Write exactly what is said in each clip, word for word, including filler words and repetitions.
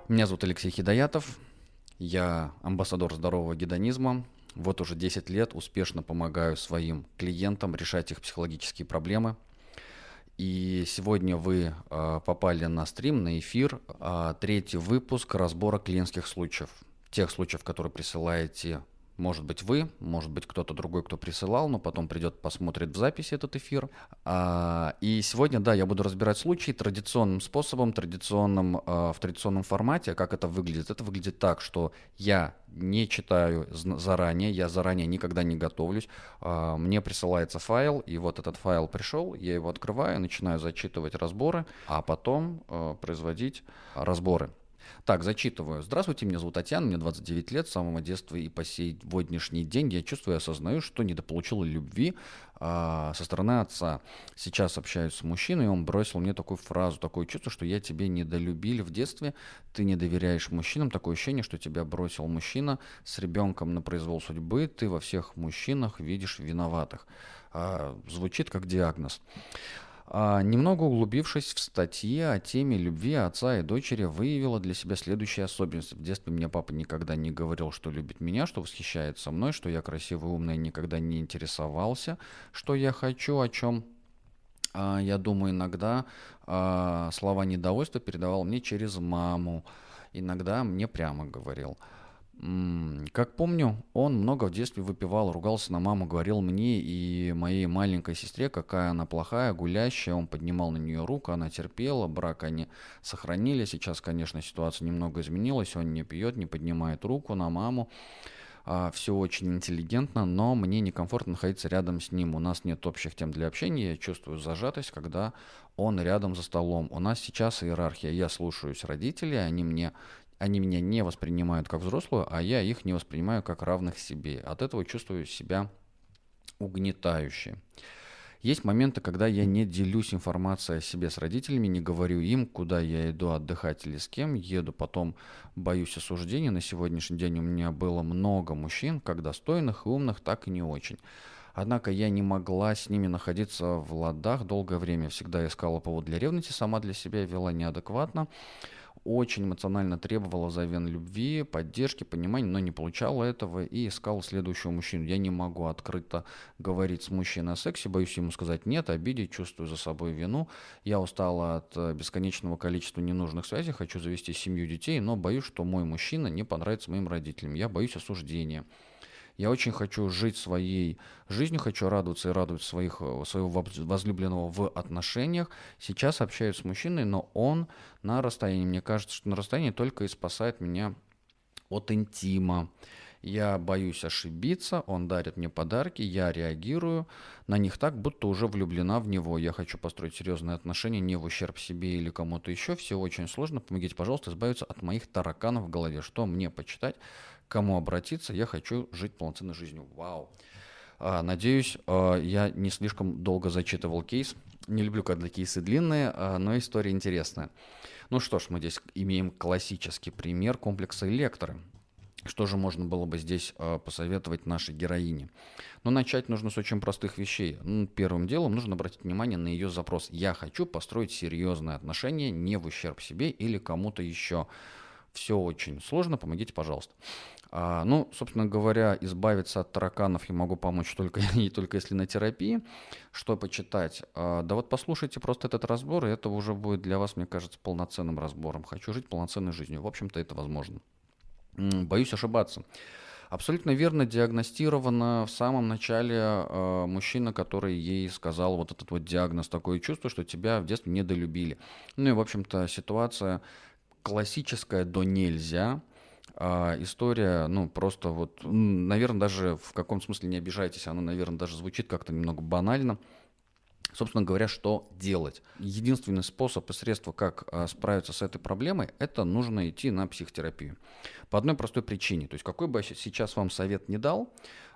Меня зовут Алексей Хидаятов, я амбассадор здорового гедонизма. Вот уже десять лет успешно помогаю своим клиентам решать их психологические проблемы. И сегодня вы э, попали на стрим, на эфир, э, третий выпуск разбора клиентских случаев. Тех случаев, которые присылаете, может быть, вы, может быть, кто-то другой, кто присылал, но потом придет, посмотрит в записи этот эфир. А, и сегодня, да, я буду разбирать случаи традиционным способом, традиционным, а, в традиционном формате. Как это выглядит? Это выглядит так, что я не читаю заранее, я заранее никогда не готовлюсь. А, мне присылается файл, и вот этот файл пришел, я его открываю, начинаю зачитывать разборы, а потом а, производить разборы. Так, зачитываю. Здравствуйте, меня зовут Татьяна, мне двадцать девять лет, с самого детства и по сегодняшний день я чувствую и осознаю, что недополучил любви а, со стороны отца. Сейчас общаюсь с мужчиной, и он бросил мне такую фразу, такое чувство, что я тебя недолюбили в детстве, ты не доверяешь мужчинам, такое ощущение, что тебя бросил мужчина с ребенком на произвол судьбы, ты во всех мужчинах видишь виноватых. А, звучит как диагноз. А, Немного углубившись в статьи о теме любви отца и дочери, выявила для себя следующие особенности. В детстве мне папа никогда не говорил, что любит меня, что восхищается мной, что я красивый, умный, никогда не интересовался, что я хочу, о чем а, я думаю иногда. А, слова недовольства передавал мне через маму, иногда мне прямо говорил. М, Как помню, он много в детстве выпивал, ругался на маму, говорил мне и моей маленькой сестре, какая она плохая, гулящая. Он поднимал на нее руку, она терпела, брак они сохранили. Сейчас, конечно, ситуация немного изменилась, он не пьет, не поднимает руку на маму. Все очень интеллигентно, но мне некомфортно находиться рядом с ним. У нас нет общих тем для общения, я чувствую зажатость, когда он рядом за столом. У нас сейчас иерархия, я слушаюсь родителей, они мне они меня не воспринимают как взрослую, а я их не воспринимаю как равных себе. От этого чувствую себя угнетающе. Есть моменты, когда я не делюсь информацией о себе с родителями, не говорю им, куда я иду отдыхать или с кем еду, потом боюсь осуждения. На сегодняшний день у меня было много мужчин, как достойных и умных, так и не очень. Однако я не могла с ними находиться в ладах долгое время. Всегда искала повод для ревности, сама для себя вела неадекватно. Очень эмоционально требовала взамен любви, поддержки, понимания, но не получала этого и искала следующего мужчину. Я не могу открыто говорить с мужчиной о сексе, боюсь ему сказать нет, обидеть, чувствую за собой вину. Я устала от э, бесконечного количества ненужных связей, хочу завести семью, детей, но боюсь, что мой мужчина не понравится моим родителям. Я боюсь осуждения. Я очень хочу жить своей жизнью, хочу радоваться и радовать своих, э, своего возлюбленного в отношениях. Сейчас общаюсь с мужчиной, но он на расстоянии. Мне кажется, что на расстоянии только и спасает меня от интима. Я боюсь ошибиться, он дарит мне подарки, я реагирую на них так, будто уже влюблена в него. Я хочу построить серьезные отношения, не в ущерб себе или кому-то еще. Все очень сложно. Помогите, пожалуйста, избавиться от моих тараканов в голове. Что мне почитать, кому обратиться? Я хочу жить полноценной жизнью. Вау. А, Надеюсь, а, я не слишком долго зачитывал кейс. Не люблю, когда кейсы длинные, а, но история интересная. Ну что ж, мы здесь имеем классический пример комплекса Электры. Что же можно было бы здесь э, посоветовать нашей героине? Ну, начать нужно с очень простых вещей. Ну, первым делом нужно обратить внимание на ее запрос. Я хочу построить серьезные отношения, не в ущерб себе или кому-то еще. Все очень сложно, помогите, пожалуйста. А, ну, собственно говоря, избавиться от тараканов я могу помочь только и только если на терапии. Что почитать? А, да вот послушайте просто этот разбор, и это уже будет для вас, мне кажется, полноценным разбором. Хочу жить полноценной жизнью. В общем-то, это возможно. Боюсь ошибаться. Абсолютно верно диагностировано в самом начале э, мужчина, который ей сказал вот этот вот диагноз, такое чувство, что тебя в детстве недолюбили. Ну и, в общем-то, ситуация классическая до нельзя. А, история, ну, просто вот, наверное, даже в каком-то смысле не обижайтесь, она, наверное, даже звучит как-то немного банально. Собственно говоря, что делать? Единственный способ и средство, как а, справиться с этой проблемой, это нужно идти на психотерапию. По одной простой причине. То есть какой бы я сейчас вам совет не дал,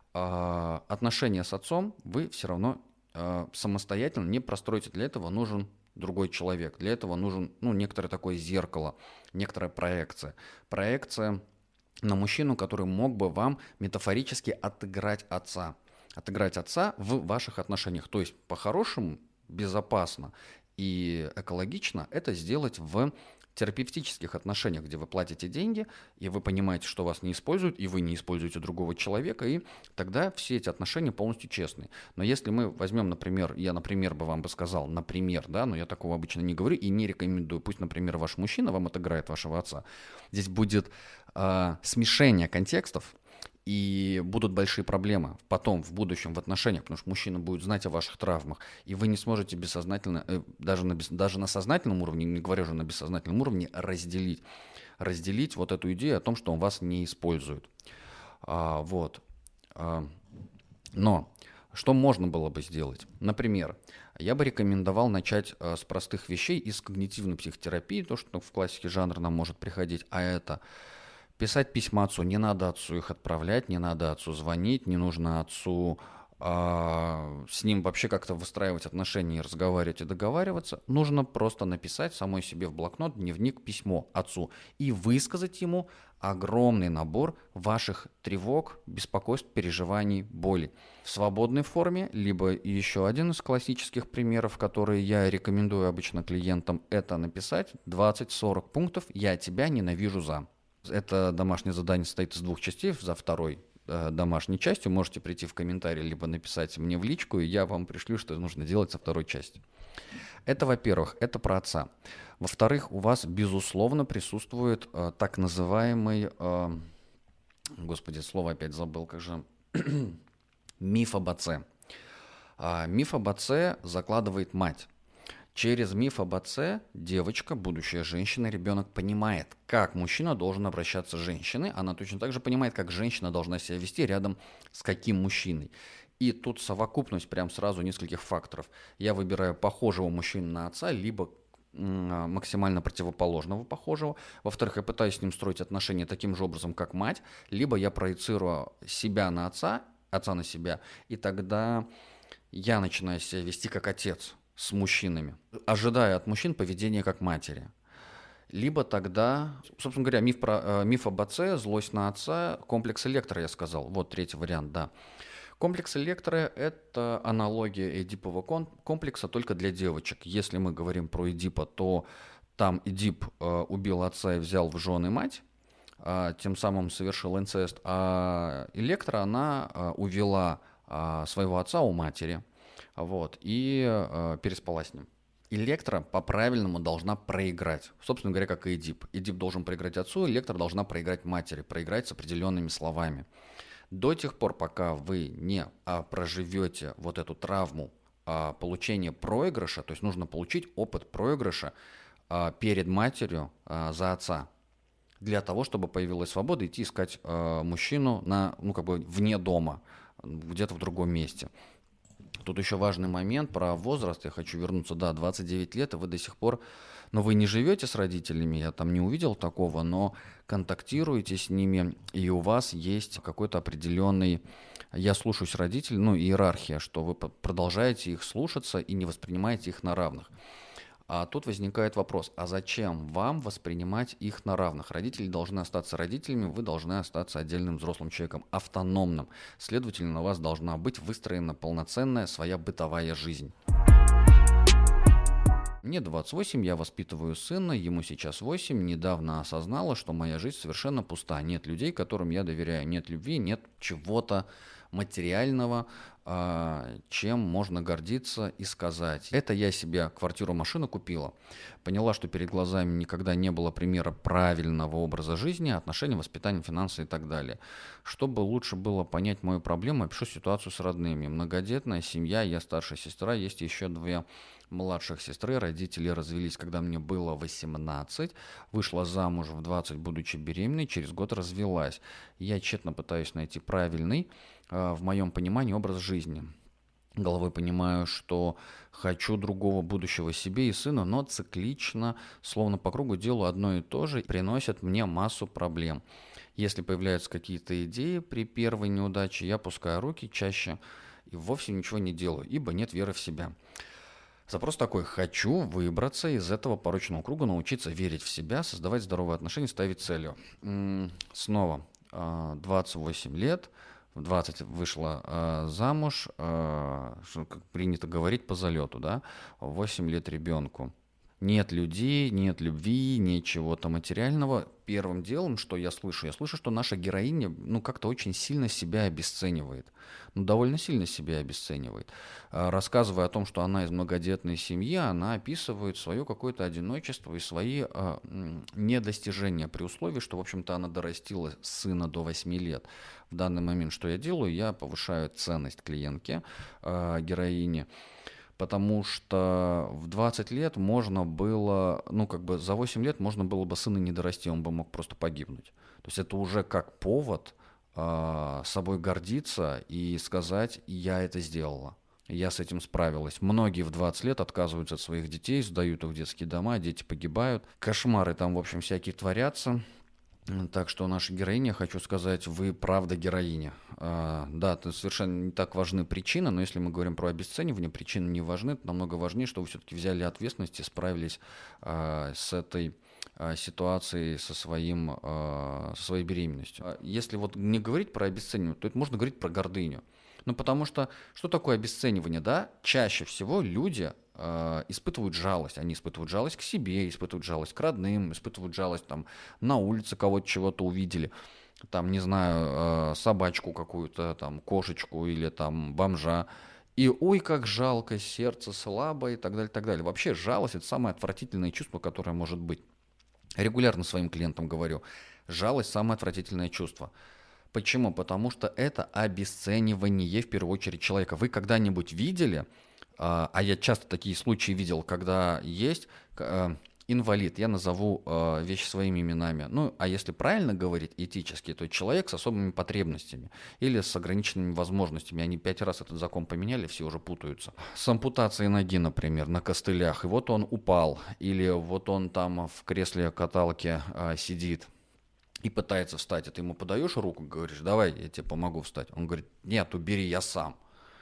а, отношения с отцом вы все равно а, самостоятельно не простроите. Для этого нужен другой человек. Для этого нужен, ну, некоторое такое зеркало, некоторая проекция. Проекция на мужчину, который мог бы вам метафорически отыграть отца. Отыграть отца в ваших отношениях. То есть, по-хорошему, безопасно и экологично это сделать в терапевтических отношениях, где вы платите деньги, и вы понимаете, что вас не используют, и вы не используете другого человека, и тогда все эти отношения полностью честные. Но если мы возьмем, например, я, например, бы вам бы сказал, например, да, но я такого обычно не говорю и не рекомендую, пусть, например, ваш мужчина вам отыграет вашего отца, здесь будет э, смешение контекстов, и будут большие проблемы потом, в будущем, в отношениях, потому что мужчина будет знать о ваших травмах, и вы не сможете бессознательно, э, даже, на, бес, даже на сознательном уровне, не говоря уже на бессознательном уровне, разделить, разделить вот эту идею о том, что он вас не использует. А, вот. А, но что можно было бы сделать? Например, я бы рекомендовал начать а, с простых вещей из когнитивной психотерапии, то, что в классике жанра нам может приходить, а это... Писать письма отцу, не надо отцу их отправлять, не надо отцу звонить, не нужно отцу а, с ним вообще как-то выстраивать отношения и разговаривать и договариваться. Нужно просто написать самой себе в блокнот, дневник, письмо отцу и высказать ему огромный набор ваших тревог, беспокойств, переживаний, боли. В свободной форме, либо еще один из классических примеров, которые я рекомендую обычно клиентам, это написать двадцать-сорок пунктов «Я тебя ненавижу за». Это домашнее задание состоит из двух частей. За второй э, домашней частью можете прийти в комментарии, либо написать мне в личку, и я вам пришлю, что нужно делать со второй части. Это, во-первых, это про отца. Во-вторых, у вас, безусловно, присутствует э, так называемый, э, господи, слово опять забыл, как же, миф об отце. А, миф об отце закладывает мать. Через миф об отце девочка, будущая женщина, ребенок понимает, как мужчина должен обращаться с женщиной. Она точно так же понимает, как женщина должна себя вести рядом с каким мужчиной. И тут совокупность прям сразу нескольких факторов. Я выбираю похожего мужчину на отца, либо максимально противоположного похожего. Во-вторых, я пытаюсь с ним строить отношения таким же образом, как мать. Либо я проецирую себя на отца, отца на себя, и тогда я начинаю себя вести как отец с мужчинами, ожидая от мужчин поведения как матери. Либо тогда, собственно говоря, миф, про, миф об отце, злость на отца, комплекс Электро, я сказал. Вот третий вариант, да. Комплекс Электро – это аналогия Эдипового комплекса только для девочек. Если мы говорим про Эдипа, то там Эдип э, убил отца и взял в жены мать, э, тем самым совершил инцест, а Электро, она э, увела э, своего отца у матери. Вот, и э, переспала с ним. Электро по-правильному должна проиграть. Собственно говоря, как и Эдип. Эдип должен проиграть отцу, Электро должна проиграть матери, проиграть с определенными словами. До тех пор, пока вы не а, проживете вот эту травму а, получения проигрыша, то есть нужно получить опыт проигрыша а, перед матерью а, за отца, для того, чтобы появилась свобода идти искать а, мужчину на, ну, как бы вне дома, где-то в другом месте. Тут еще важный момент про возраст, я хочу вернуться, да, двадцать девять лет, и вы до сих пор, но вы не живете с родителями, я там не увидел такого, но контактируете с ними, и у вас есть какой-то определенный, я слушаюсь родителей, ну, иерархия, что вы продолжаете их слушаться и не воспринимаете их на равных. А тут возникает вопрос, а зачем вам воспринимать их на равных? Родители должны остаться родителями, вы должны остаться отдельным взрослым человеком, автономным. Следовательно, у вас должна быть выстроена полноценная своя бытовая жизнь. Мне двадцать восемь, я воспитываю сына, ему сейчас восемь, недавно осознала, что моя жизнь совершенно пуста. Нет людей, которым я доверяю, нет любви, нет чего-то материального, чем можно гордиться и сказать. Это я себе квартиру, машину купила. Поняла, что перед глазами никогда не было примера правильного образа жизни, отношений, воспитания, финансы и так далее. Чтобы лучше было понять мою проблему, опишу ситуацию с родными. Многодетная семья, я старшая сестра, есть еще две младших сестры. Родители развелись, когда мне было восемнадцать. Вышла замуж в двадцать, будучи беременной. Через год развелась. Я тщетно пытаюсь найти правильный, в моем понимании, образ жизни. Головой понимаю, что хочу другого будущего себе и сына, но циклично, словно по кругу делаю одно и то же, приносят мне массу проблем. Если появляются какие-то идеи при первой неудаче, я опускаю руки чаще и вовсе ничего не делаю, ибо нет веры в себя. Запрос такой: хочу выбраться из этого порочного круга, научиться верить в себя, создавать здоровые отношения, ставить целью. Снова двадцать восемь лет, в двадцать вышла э, замуж, э, что, как принято говорить, по залету, да, восемь лет ребенку. Нет людей, нет любви, нет чего-то материального. Первым делом, что я слышу, я слышу, что наша героиня, ну, как-то очень сильно себя обесценивает. Ну, довольно сильно себя обесценивает. А, Рассказывая о том, что она из многодетной семьи, она описывает свое какое-то одиночество и свои а, м, недостижения при условии, что, в общем-то, она дорастила сына до восьми лет. В данный момент, что я делаю, я повышаю ценность клиентки, а, героини. Потому что в двадцать лет можно было, ну, как бы за восемь лет можно было бы сына не дорасти, он бы мог просто погибнуть. То есть это уже как повод а, собой гордиться и сказать: я это сделала, я с этим справилась. Многие в двадцать лет отказываются от своих детей, сдают их в детские дома, дети погибают. Кошмары там, в общем, всякие творятся. Так что наша героиня, хочу сказать, вы правда героиня. А, да, это совершенно не так важны причины, но если мы говорим про обесценивание, причины не важны. Это намного важнее, что вы все-таки взяли ответственность и справились а, с этой а, ситуацией, со, своим, а, со своей беременностью. А Если вот не говорить про обесценивание, то это можно говорить про гордыню. Ну, потому что что такое обесценивание, да? Чаще всего люди э, испытывают жалость. Они испытывают жалость к себе, испытывают жалость к родным, испытывают жалость там на улице кого-то чего-то увидели, там, не знаю, э, собачку какую-то, там, кошечку или там бомжа. И ой, как жалко, сердце слабое и так далее, так далее. Вообще жалость — это самое отвратительное чувство, которое может быть. Регулярно своим клиентам говорю, жалость — самое отвратительное чувство. Почему? Потому что это обесценивание в первую очередь человека. Вы когда-нибудь видели, а а я часто такие случаи видел, когда есть к- э, инвалид, я назову э, вещи своими именами. Ну, а если правильно говорить этически, то человек с особыми потребностями или с ограниченными возможностями. Они пять раз этот закон поменяли, все уже путаются. С ампутацией ноги, например, на костылях. И вот он упал, или вот он там в кресле каталки э, сидит и пытается встать, и ты ему подаешь руку, говоришь: давай, я тебе помогу встать. Он говорит: нет, убери, я сам.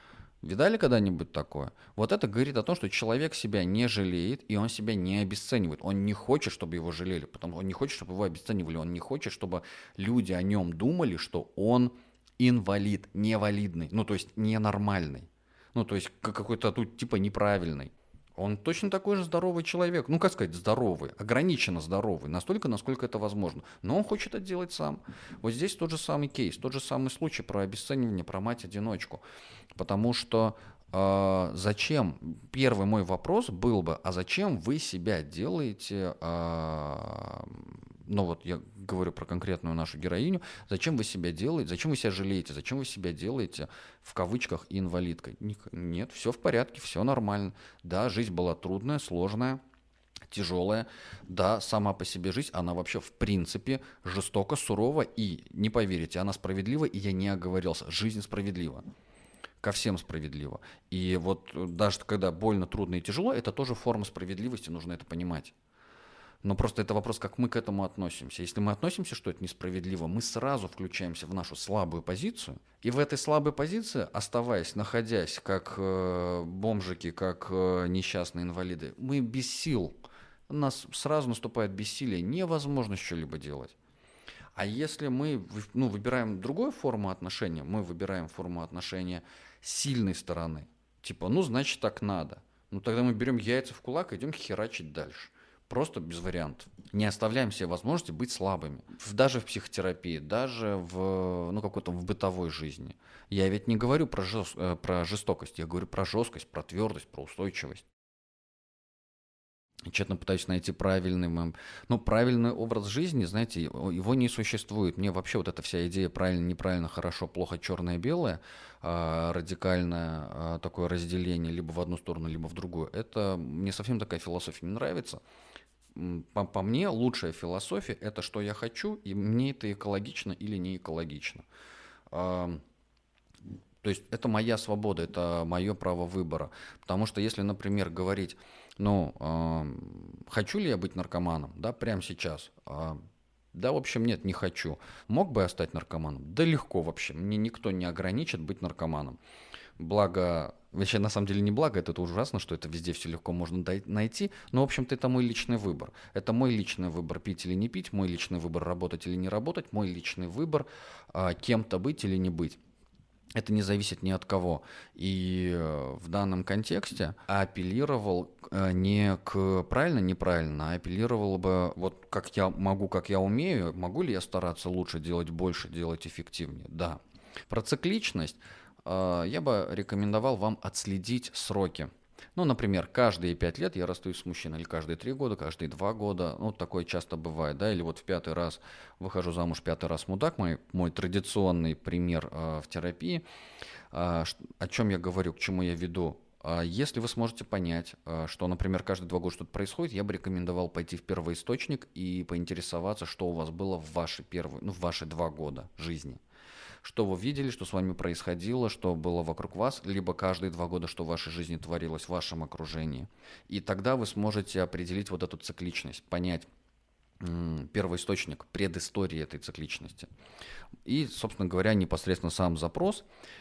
Видали когда-нибудь такое? Вот это говорит о том, что человек себя не жалеет, и он себя не обесценивает. Он не хочет, чтобы его жалели, потому что он не хочет, чтобы его обесценивали, он не хочет, чтобы люди о нем думали, что он инвалид, невалидный, ну то есть ненормальный, ну то есть к- какой-то тут типа неправильный. Он точно такой же здоровый человек. Ну, как сказать, здоровый, ограниченно здоровый, настолько, насколько это возможно. Но он хочет это делать сам. Вот здесь тот же самый кейс, тот же самый случай про обесценивание, про мать-одиночку. Потому что а, зачем, первый мой вопрос был бы: а зачем вы себя делаете, а, ну вот я говорю про конкретную нашу героиню, зачем вы себя делаете, зачем вы себя жалеете, зачем вы себя делаете в кавычках инвалидкой? Ник- Нет, все в порядке, все нормально. Да, жизнь была трудная, сложная, тяжелая. Да, сама по себе жизнь, она вообще в принципе жестоко, сурова, и, не поверите, она справедлива, и я не оговорился, жизнь справедлива. Ко всем справедливо. И вот э, даже когда больно, трудно и тяжело, это тоже форма справедливости, нужно это понимать. Но просто это вопрос, как мы к этому относимся. Если мы относимся, что это несправедливо, мы сразу включаемся в нашу слабую позицию. И в этой слабой позиции, оставаясь, находясь как э, бомжики, как э, несчастные инвалиды, мы без сил. У нас сразу наступает бессилие, невозможно что-либо делать. А если мы ну, выбираем другую форму отношения, мы выбираем форму отношения сильной стороны, типа, ну, значит, так надо. Ну, тогда мы берем яйца в кулак и идем херачить дальше. Просто без вариантов. Не оставляем себе возможности быть слабыми. В- Даже в психотерапии, даже в, ну, какой-то в бытовой жизни. Я ведь не говорю про, жест- э, про жестокость, я говорю про жесткость, про твердость, про устойчивость. И тщетно пытаюсь найти правильный, м, ну, правильный образ жизни, знаете, его его не существует. Мне вообще вот эта вся идея правильно, неправильно, хорошо, плохо, черное, белое, а, радикальное а, такое разделение либо в одну сторону, либо в другую, это мне совсем такая философия не нравится. М, По, по мне, лучшая философия — это что я хочу, и мне это экологично или не экологично. А, то есть это моя свобода, это мое право выбора. Потому что если, например, говорить, ну, ам, хочу ли я быть наркоманом, да, прямо сейчас, А, да, в общем, нет, не хочу. Мог бы я стать наркоманом? Да легко вообще, мне никто не ограничит быть наркоманом. Благо, вообще на самом деле не благо, это, это ужасно, что это везде все легко можно дай- найти, но, в общем-то, это мой личный выбор. Это мой личный выбор пить или не пить, мой личный выбор работать или не работать, мой личный выбор а, кем-то быть или не быть. Это не зависит ни от кого. И э, в данном контексте апеллировал э, не к правильно, неправильно, а апеллировал бы вот как я могу, как я умею, могу ли я стараться лучше делать больше, делать эффективнее? Да. Про цикличность э, я бы рекомендовал вам отследить сроки. Ну, например, каждые пять лет я расстаюсь с мужчиной, или каждые три года, каждые два года. Ну, такое часто бывает, да, или вот в пятый раз выхожу замуж, пятый раз мудак, мой, мой традиционный пример э, в терапии. А, ш- о чем я говорю, к чему я веду? А, Если вы сможете понять, а, что, например, каждые два года что-то происходит, я бы рекомендовал пойти в первоисточник и поинтересоваться, что у вас было в ваши первые, ну, в ваши два года жизни. Что вы видели, что с вами происходило, что было вокруг вас, либо каждые два года, что в вашей жизни творилось, в вашем окружении. И тогда вы сможете определить вот эту цикличность, понять м, первоисточник, предыстории этой цикличности. И, собственно говоря, непосредственно сам запрос.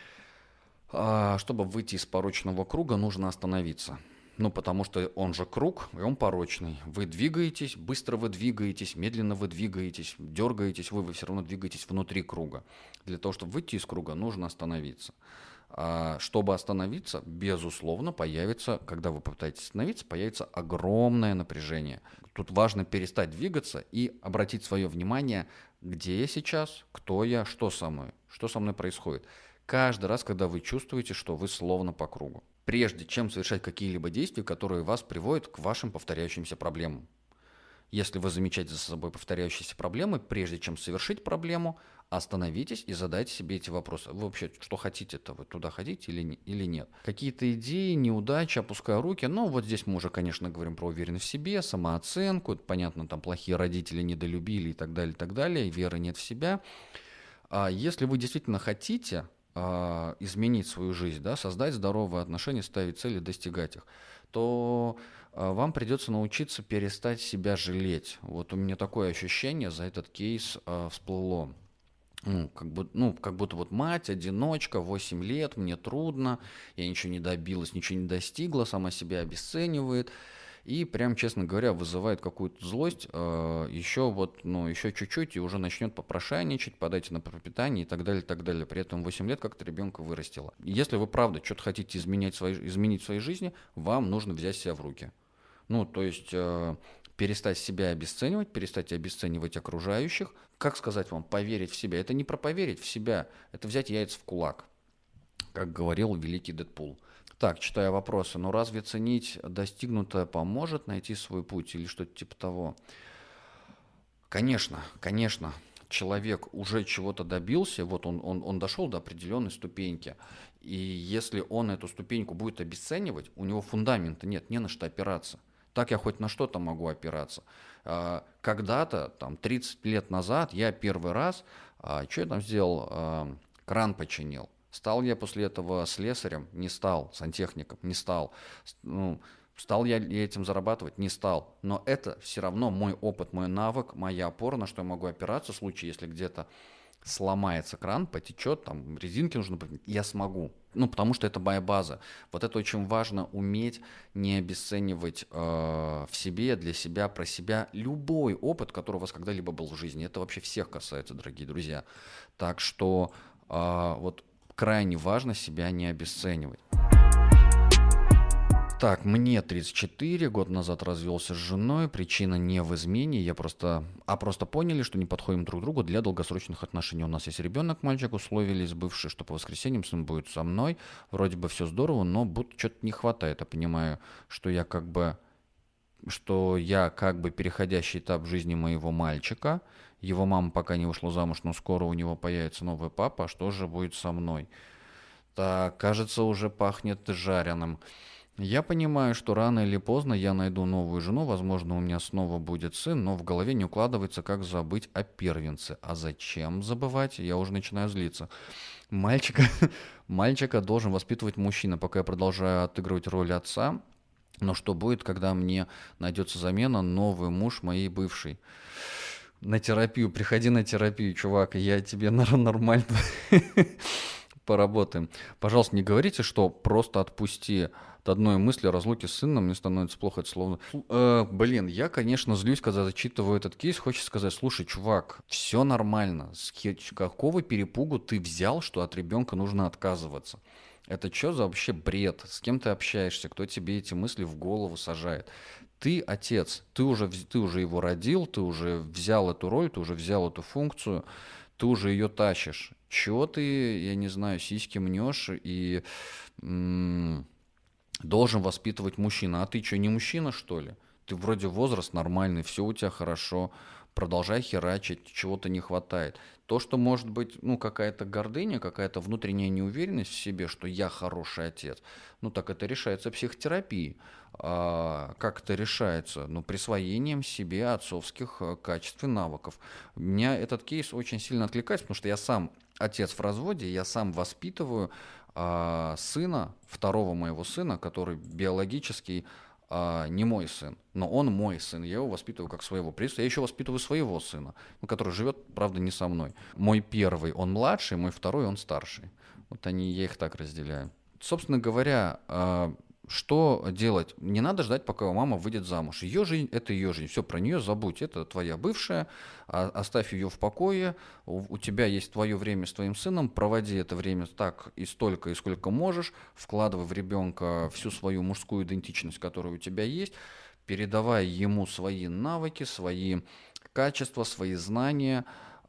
А, Чтобы выйти из порочного круга, нужно остановиться. Ну, потому что он же круг, и он порочный. Вы двигаетесь, быстро вы двигаетесь, медленно вы двигаетесь, дергаетесь вы, вы все равно двигаетесь внутри круга. Для того, чтобы выйти из круга, нужно остановиться. А чтобы остановиться, безусловно, появится, когда вы попытаетесь остановиться, появится огромное напряжение. Тут важно перестать двигаться и обратить свое внимание, где я сейчас, кто я, что со мной, что со мной происходит. Каждый раз, когда вы чувствуете, что вы словно по кругу. Прежде чем совершать какие-либо действия, которые вас приводят к вашим повторяющимся проблемам. Если вы замечаете за собой повторяющиеся проблемы, прежде чем совершить проблему, остановитесь и задайте себе эти вопросы. Вы вообще что хотите-то? Вы туда хотите или, не, или нет? Какие-то идеи, неудачи, опускаю руки. Ну, вот здесь мы уже, конечно, говорим про уверенность в себе, самооценку. Это, понятно, там плохие родители недолюбили и так далее, и так далее. И веры нет в себя. А если вы действительно хотите а, изменить свою жизнь, да, создать здоровые отношения, ставить цели, достигать их, то а, вам придется научиться перестать себя жалеть. Вот у меня такое ощущение за этот кейс а, всплыло. Ну, как бы, ну, как будто вот мать, одиночка, восемь лет, мне трудно, я ничего не добилась, ничего не достигла, сама себя обесценивает. И прям, честно говоря, вызывает какую-то злость, э, еще вот, ну, еще чуть-чуть, и уже начнет попрошайничать, подайте на пропитание и так далее, и так далее. При этом восемь лет как-то ребенка вырастила. Если вы правда что-то хотите изменять в своей, изменить в своей жизни, вам нужно взять себя в руки. Ну, то есть э, перестать себя обесценивать, перестать обесценивать окружающих. Как сказать вам, поверить в себя? Это не про поверить в себя, это взять яйца в кулак, как говорил великий Дэдпул. Так, читая вопросы. Но разве ценить достигнутое поможет найти свой путь или что-то типа того? Конечно, конечно. Человек уже чего-то добился, вот он, он, он дошел до определенной ступеньки. И если он эту ступеньку будет обесценивать, у него фундамента нет, не на что опираться. Так я хоть на что-то могу опираться. А, Когда-то, там, тридцать лет назад, я первый раз, а, что я там сделал, А, кран починил. Стал я после этого слесарем? Не стал. Сантехником? Не стал. С- Ну, стал я ли этим зарабатывать? Не стал. Но это все равно мой опыт, мой навык, моя опора, на что я могу опираться в случае, если где-то сломается кран, потечет, там резинки нужно поменять, я смогу. Ну, потому что это моя база. Вот это очень важно, уметь не обесценивать э, в себе, для себя, про себя любой опыт, который у вас когда-либо был в жизни. Это вообще всех касается, дорогие друзья. Так что э, вот крайне важно себя не обесценивать. Так, мне тридцать четыре, год назад развелся с женой, причина не в измене, я просто, а просто поняли, что не подходим друг другу для долгосрочных отношений. У нас есть ребенок, мальчик, условились бывшие, что по воскресеньям сын будет со мной, вроде бы все здорово, но будто что-то не хватает, я понимаю, что я как бы, что я как бы переходящий этап жизни моего мальчика, его мама пока не вышла замуж, но скоро у него появится новый папа, а что же будет со мной? Так, кажется, уже пахнет жареным. Я понимаю, что рано или поздно я найду новую жену, возможно, у меня снова будет сын, но в голове не укладывается, как забыть о первенце. А зачем забывать? Я уже начинаю злиться. Мальчика, мальчика должен воспитывать мужчина, пока я продолжаю отыгрывать роль отца. Но что будет, когда мне найдется замена, новый муж моей бывшей? На терапию, приходи на терапию, чувак, я тебе нормально Поработаем. Пожалуйста, не говорите, что просто отпусти. От одной мысли о разлуке с сыном мне становится плохо, это словно... Э, блин, я, конечно, злюсь, когда зачитываю этот кейс. Хочется сказать, слушай, чувак, все нормально. С ке- какого перепугу ты взял, что от ребенка нужно отказываться? Это что за вообще бред? С кем ты общаешься? Кто тебе эти мысли в голову сажает? Ты отец, ты уже, вз- ты уже его родил, ты уже взял эту роль, ты уже взял эту функцию, ты уже ее тащишь. Чего ты, я не знаю, сиськи мнешь и м, должен воспитывать мужчина? А ты что, не мужчина, что ли? Ты вроде возраст нормальный, все у тебя хорошо, продолжай херачить, чего-то не хватает. То, что может быть, ну, какая-то гордыня, какая-то внутренняя неуверенность в себе, что я хороший отец, ну, так это решается психотерапией. А как это решается? Ну, присвоением себе отцовских э, качеств и навыков. Меня этот кейс очень сильно отвлекает, потому что я сам отец в разводе, я сам воспитываю а, сына, второго моего сына, который биологически а, не мой сын, но он мой сын, я его воспитываю как своего. При этом я еще воспитываю своего сына, ну, который живет, правда, не со мной. Мой первый, он младший, мой второй, он старший. Вот они, я их так разделяю. Собственно говоря, а, что делать? Не надо ждать, пока мама выйдет замуж. Ее жизнь– это ее жизнь. Все, про нее забудь. Это твоя бывшая. а- Оставь ее в покое. У у тебя есть твое время с твоим сыном. Проводи это время так и столько, и сколько можешь. Вкладывай в ребенка всю свою мужскую идентичность, которая у тебя есть. Передавай ему свои навыки, свои качества, свои знания,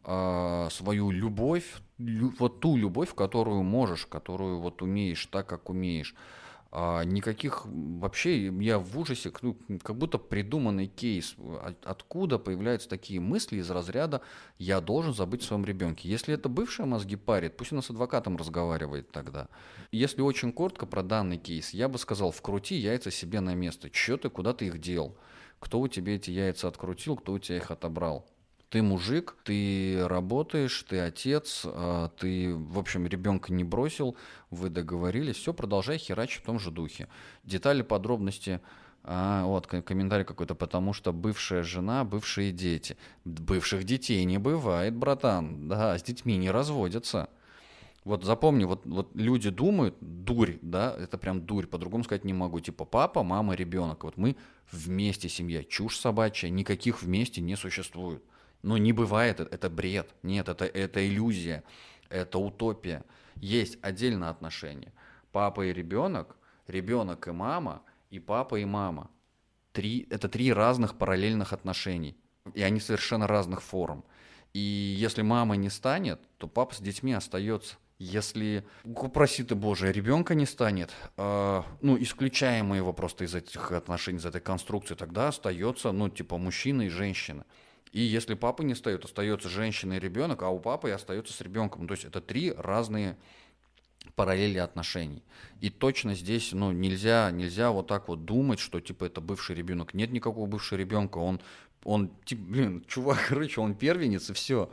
а, свою любовь, лю- вот ту любовь, которую можешь, которую вот умеешь так, как умеешь. А, никаких вообще, я в ужасе, ну, как будто придуманный кейс. От- Откуда появляются такие мысли из разряда «я должен забыть о своем ребенке». Если это бывшая мозги парит, пусть она с адвокатом разговаривает тогда. Если очень коротко про данный кейс, я бы сказал, вкрути яйца себе на место. Че ты, куда ты их дел? Кто у тебя эти яйца открутил, кто у тебя их отобрал? Ты мужик, ты работаешь, ты отец, а, ты, в общем, ребенка не бросил, вы договорились, все, продолжай херачить в том же духе. Детали, подробности, а, вот ко- комментарий какой-то, потому что бывшая жена, бывшие дети. Бывших детей не бывает, братан, да, с детьми не разводятся. Вот запомни, вот, вот люди думают, дурь, да, это прям дурь, по-другому сказать не могу, типа папа, мама, ребенок, вот мы вместе семья, чушь собачья, никаких вместе не существует. Ну, не бывает, это, это бред, нет, это, это иллюзия, это утопия. Есть отдельно отношения. Папа и ребенок, ребенок и мама, и папа и мама. Три, это три разных параллельных отношений, и они совершенно разных форм. И если мама не станет, то папа с детьми остается. Если, упаси ты Боже, ребенка не станет, э, ну, исключаем мы его просто из этих отношений, из этой конструкции, тогда остается, ну, типа, мужчина и женщина. И если папа не встает, остается женщина и ребенок, а у папы и остается с ребенком. Ну, то есть это три разные параллели отношений. И точно здесь, ну, нельзя, нельзя вот так вот думать, что, типа, это бывший ребенок. Нет никакого бывшего ребенка, он, он, типа, блин, чувак, короче, он первенец, и все.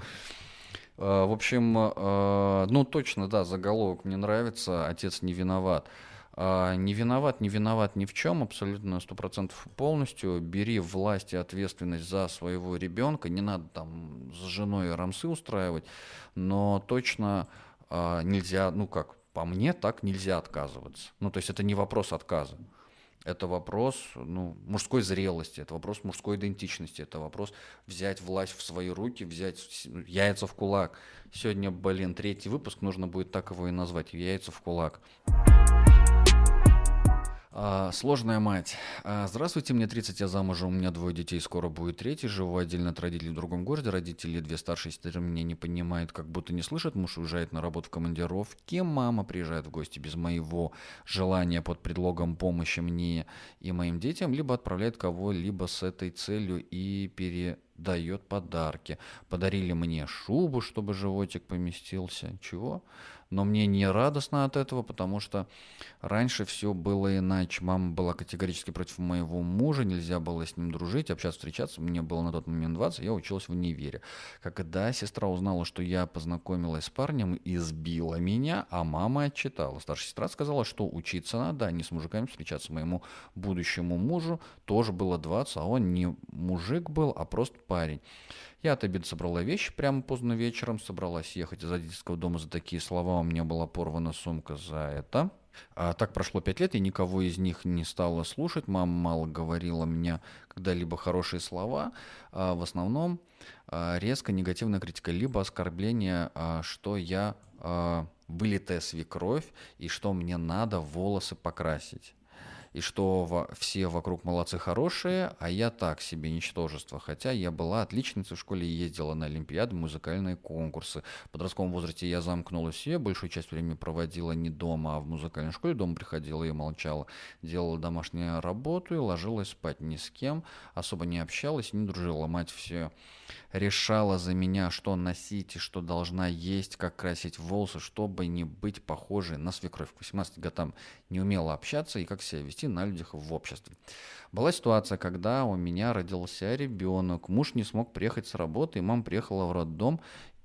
В общем, э, ну, точно, да, заголовок мне нравится, отец не виноват. А, Не виноват, не виноват ни в чем, абсолютно на сто процентов полностью. Бери власть и ответственность за своего ребенка. Не надо там с женой рамсы устраивать, но точно а, нельзя, ну как, по мне так нельзя отказываться. Ну, то есть это не вопрос отказа. Это вопрос, ну, мужской зрелости, это вопрос мужской идентичности, это вопрос взять власть в свои руки, взять с- яйца в кулак. Сегодня, блин, третий выпуск, нужно будет так его и назвать, яйца в кулак. А, сложная мать. А, здравствуйте, мне тридцать, я замужем, у меня двое детей, скоро будет третий, живу отдельно от родителей в другом городе, родители, две старшие сестры меня не понимают, как будто не слышат, муж уезжает на работу в командировке, мама приезжает в гости без моего желания под предлогом помощи мне и моим детям, либо отправляет кого-либо с этой целью и передает подарки. Подарили мне шубу, чтобы животик поместился. Чего? Но мне не радостно от этого, потому что раньше все было иначе. Мама была категорически против моего мужа, нельзя было с ним дружить, общаться, встречаться. Мне было на тот момент двадцать, я училась в универе. Когда сестра узнала, что я познакомилась с парнем, избила меня, а мама отчитала. Старшая сестра сказала, что учиться надо, а не с мужиками встречаться. Моему будущему мужу тоже было двадцать, а он не мужик был, а просто парень. Я от обеда собрала вещи прямо поздно вечером, собралась ехать из родительского дома за такие слова у меня была порвана сумка за это. А так прошло пять лет, и никого из них не стала слушать. Мама мало говорила мне когда-либо хорошие слова. А в основном а, резко негативная критика, либо оскорбление, а, что я а, вылитая свекровь, и что мне надо волосы покрасить. И что во- все вокруг молодцы хорошие, а я так себе ничтожество. Хотя я была отличницей в школе и ездила на олимпиады, музыкальные конкурсы. В подростковом возрасте я замкнулась в себе, большую часть времени проводила не дома, а в музыкальной школе. Дома приходила и молчала, делала домашнюю работу и ложилась спать. Ни с кем особо не общалась, не дружила. Мать все решала за меня, что носить и что должна есть, как красить волосы, чтобы не быть похожей на свекровь. К восемнадцати годам не умела общаться и как себя вести на людях в обществе. Была ситуация, когда у меня родился ребенок, муж не смог приехать с работы, и мама приехала в роддом,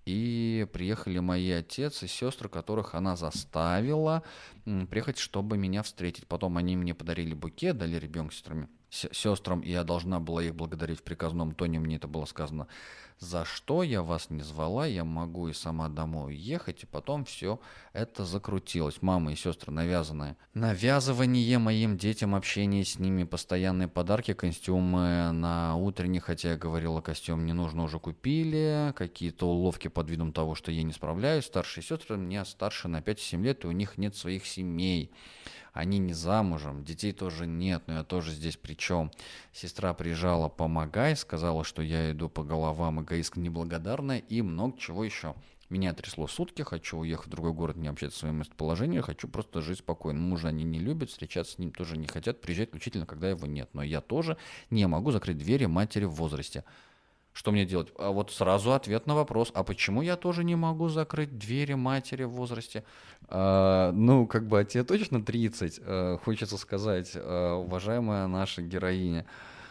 и приехали мои отец и сестры, которых она заставила м, приехать, чтобы меня встретить. Потом они мне подарили букет, дали ребенка сестрами, с- сестрам, и я должна была их благодарить в приказном тоне, мне это было сказано. За что я вас не звала, я могу и сама домой ехать, и потом все это закрутилось. Мама и сестры навязанные. Навязывание моим детям, общение с ними, постоянные подарки, костюмы на утренний, хотя я говорила, костюм не нужно, уже купили, какие-то уловки под видом того, что я не справляюсь. Старшие сестры мне старше на пять-семь лет, и у них нет своих семей. Они не замужем, детей тоже нет, но я тоже здесь при чем? Сестра приезжала, помогай, сказала, что я иду по головам, эгоистка неблагодарная и много чего еще. Меня трясло сутки, хочу уехать в другой город, не общаться в своем местоположении, хочу просто жить спокойно. Мужа они не любят, встречаться с ним тоже не хотят, приезжать исключительно, когда его нет. Но я тоже не могу закрыть двери матери в возрасте. Что мне делать? А вот сразу ответ на вопрос, а почему я тоже не могу закрыть двери матери в возрасте? А, ну, как бы, а тебе точно тридцать, а, хочется сказать, а, уважаемая наша героиня.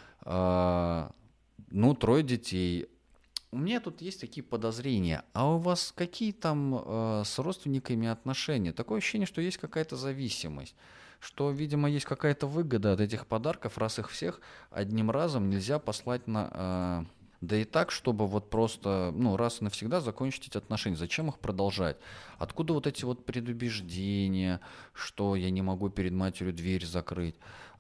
А, ну, трое детей. У меня тут есть такие подозрения. А у вас какие там а, с родственниками отношения? Такое ощущение, что есть какая-то зависимость. Что, видимо, есть какая-то выгода от этих подарков, раз их всех одним разом нельзя послать на... а, да и так, чтобы вот просто, ну, раз и навсегда закончить эти отношения. Зачем их продолжать? Откуда вот эти вот предубеждения, что я не могу перед матерью дверь закрыть?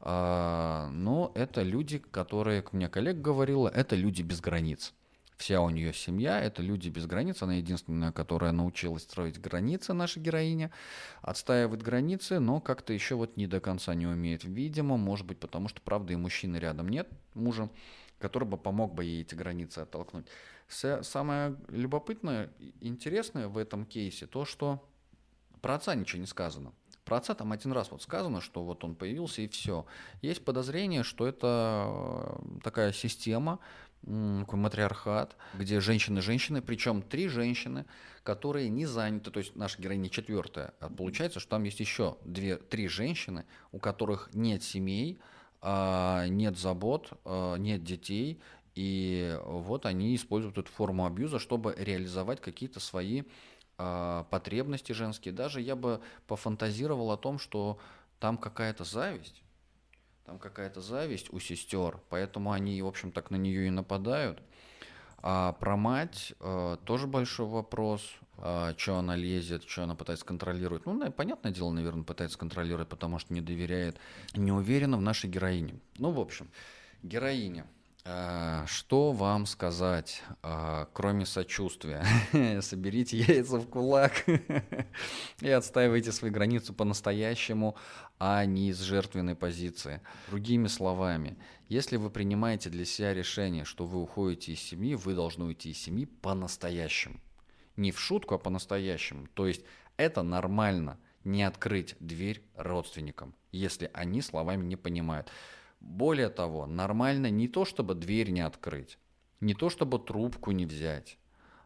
А, ну, это люди, которые, как мне коллега говорила, это люди без границ. Вся у нее семья, это люди без границ. Она единственная, которая научилась строить границы, наша героиня. Отстаивает границы, но как-то еще вот не до конца не умеет. Видимо, может быть, потому что, правда, и мужчины рядом нет, мужа, который бы помог бы ей эти границы оттолкнуть. С- Самое любопытное, и интересное в этом кейсе то, что про отца ничего не сказано. Про отца там один раз вот сказано, что вот он появился и все. Есть подозрение, что это э, такая система, м, такой матриархат, где женщины-женщины, причем три женщины, которые не заняты, то есть наша героиня четвертая. А получается, что там есть еще две, три женщины, у которых нет семей, а, нет забот, а, нет детей, и вот они используют эту форму абьюза, чтобы реализовать какие-то свои а, потребности женские. Даже я бы пофантазировал о том, что там какая-то зависть, там какая-то зависть у сестер, поэтому они, в общем, так на нее и нападают. А про мать э, тоже большой вопрос, что она лезет, что она пытается контролировать. Ну, на- понятное дело, наверное, пытается контролировать, потому что не доверяет, не уверена в нашей героине. Ну, в общем, героиня. А, Что вам сказать, а, кроме сочувствия? Соберите яйца в кулак и отстаивайте свои границы по-настоящему, а не из жертвенной позиции. Другими словами, если вы принимаете для себя решение, что вы уходите из семьи, вы должны уйти из семьи по-настоящему. Не в шутку, а по-настоящему. То есть это нормально не открыть дверь родственникам, если они словами не понимают. Более того, нормально не то, чтобы дверь не открыть, не то, чтобы трубку не взять.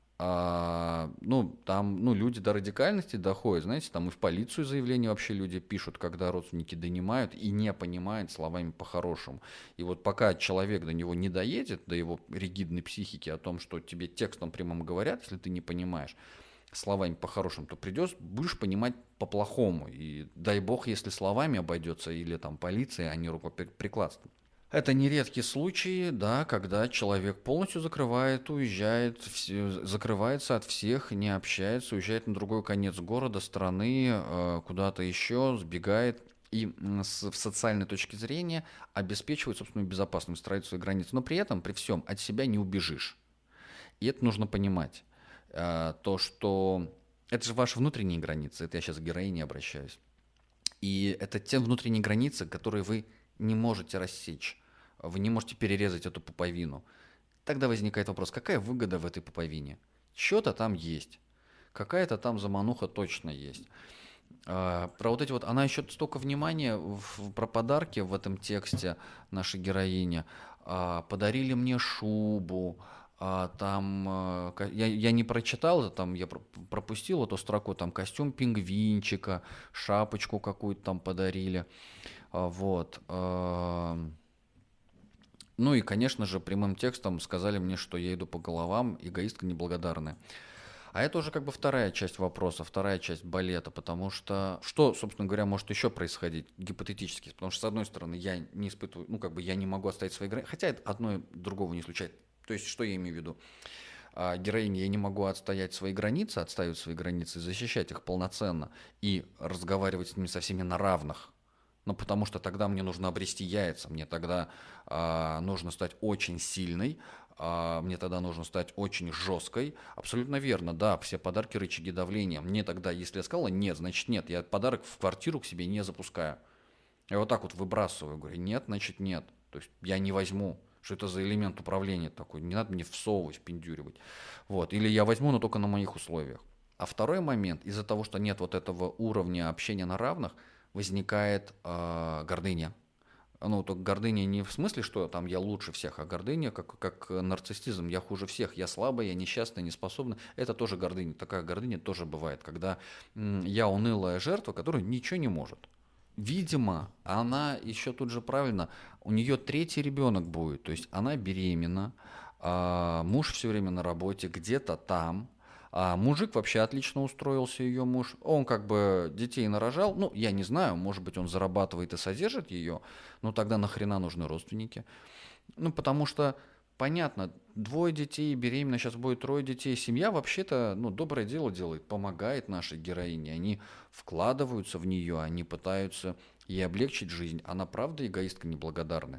А, ну, там, ну, люди до радикальности доходят, знаете, там и в полицию заявление вообще люди пишут, когда родственники донимают и не понимают словами по-хорошему. И вот пока человек до него не доедет, до его ригидной психики о том, что тебе текстом прямым говорят, если ты не понимаешь словами по-хорошему, то придешь, будешь понимать по-плохому. И дай бог, если словами обойдется или там полиция, а не рукоприкладством. Это нередкий случай, да, когда человек полностью закрывает, уезжает, все- закрывается от всех, не общается, уезжает на другой конец города, страны, э, куда-то еще, сбегает и м, с- в социальной точке зрения обеспечивает собственную безопасность, строит свои границы. Но при этом, при всем, от себя не убежишь. И это нужно понимать. Э, То, что это же ваши внутренние границы, это я сейчас к героине обращаюсь. И это те внутренние границы, которые вы не можете рассечь. Вы не можете перерезать эту пуповину. Тогда возникает вопрос, какая выгода в этой пуповине? Что-то там есть. Какая-то там замануха точно есть. А, про вот эти вот, она еще столько внимания в- про подарки в этом тексте нашей героини. А, подарили мне шубу, а, там, а, ко- я, я не прочитал, это там я про- пропустил эту строку, там костюм пингвинчика, шапочку какую-то там подарили. А, вот. а, Ну и, конечно же, прямым текстом сказали мне, что я иду по головам, эгоистка неблагодарная. А это уже как бы вторая часть вопроса, вторая часть балета, потому что что, собственно говоря, может еще происходить гипотетически? Потому что, с одной стороны, я не испытываю, ну, как бы я не могу оставить свои границы, хотя это одно и другого не исключает. То есть, что я имею в виду? А, героине я не могу отстоять свои границы, отстаивать свои границы, защищать их полноценно и разговаривать с ними со всеми на равных. Ну, потому что тогда мне нужно обрести яйца, мне тогда а, нужно стать очень сильной, а, мне тогда нужно стать очень жесткой. Абсолютно верно, да, все подарки рычаги давления. Мне тогда, если я сказала нет, значит нет, я подарок в квартиру к себе не запускаю. Я вот так вот выбрасываю, говорю, нет, значит нет. То есть я не возьму. Что это за элемент управления такой? Не надо мне всовывать, впендюривать. Вот. Или я возьму, но только на моих условиях. А второй момент, из-за того, что нет вот этого уровня общения на равных, возникает э, гордыня. Ну, то гордыня не в смысле, что там я лучше всех, а гордыня как, как нарциссизм. Я хуже всех, я слабая, я несчастная, неспособна. Это тоже гордыня. Такая гордыня тоже бывает, когда м, я унылая жертва, которая ничего не может. Видимо, она еще тут же правильно, у нее третий ребенок будет, то есть она беременна, а муж все время на работе, где-то там, а мужик вообще отлично устроился, ее муж, он как бы детей нарожал, ну, я не знаю, может быть, он зарабатывает и содержит ее, но тогда нахрена нужны родственники? Ну, потому что, понятно, двое детей, беременна, сейчас будет трое детей. Семья вообще-то, ну, доброе дело делает, помогает нашей героине. Они вкладываются в нее, они пытаются ей облегчить жизнь. Она правда эгоистка неблагодарная.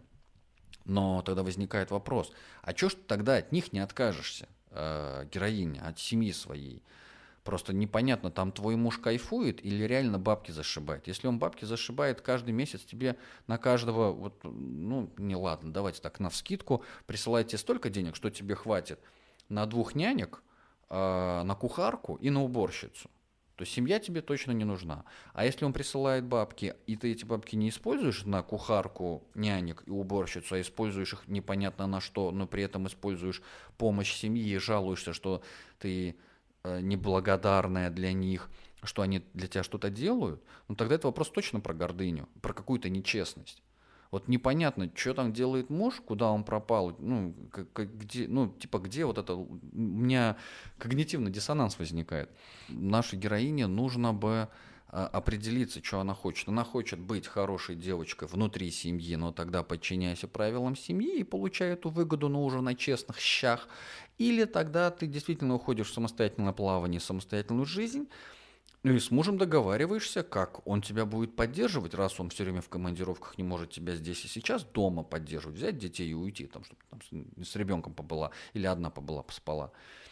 Но тогда возникает вопрос, а чё ж ты тогда от них не откажешься, э, героине, от семьи своей? Просто непонятно, там твой муж кайфует или реально бабки зашибает. Если он бабки зашибает каждый месяц, тебе на каждого, вот, ну, не ладно, давайте так, навскидку, присылает тебе столько денег, что тебе хватит на двух нянек, э, на кухарку и на уборщицу. То есть семья тебе точно не нужна. А если он присылает бабки, и ты эти бабки не используешь на кухарку, нянек и уборщицу, а используешь их непонятно на что, но при этом используешь помощь семьи и жалуешься, что ты э, неблагодарная для них, что они для тебя что-то делают, ну тогда это вопрос точно про гордыню, про какую-то нечестность. Вот непонятно, что там делает муж, куда он пропал, ну, как- как- где, ну, типа, где вот это, у меня когнитивный диссонанс возникает. Нашей героине нужно бы а, определиться, что она хочет. Она хочет быть хорошей девочкой внутри семьи, но тогда подчиняясь правилам семьи и получая эту выгоду, но уже на честных щах. Или тогда ты действительно уходишь в самостоятельное плавание, в самостоятельную жизнь, ну и с мужем договариваешься, как он тебя будет поддерживать, раз он все время в командировках не может тебя здесь и сейчас дома поддерживать, взять детей и уйти, там, чтобы там, с, с ребенком побыла или одна побыла, поспала.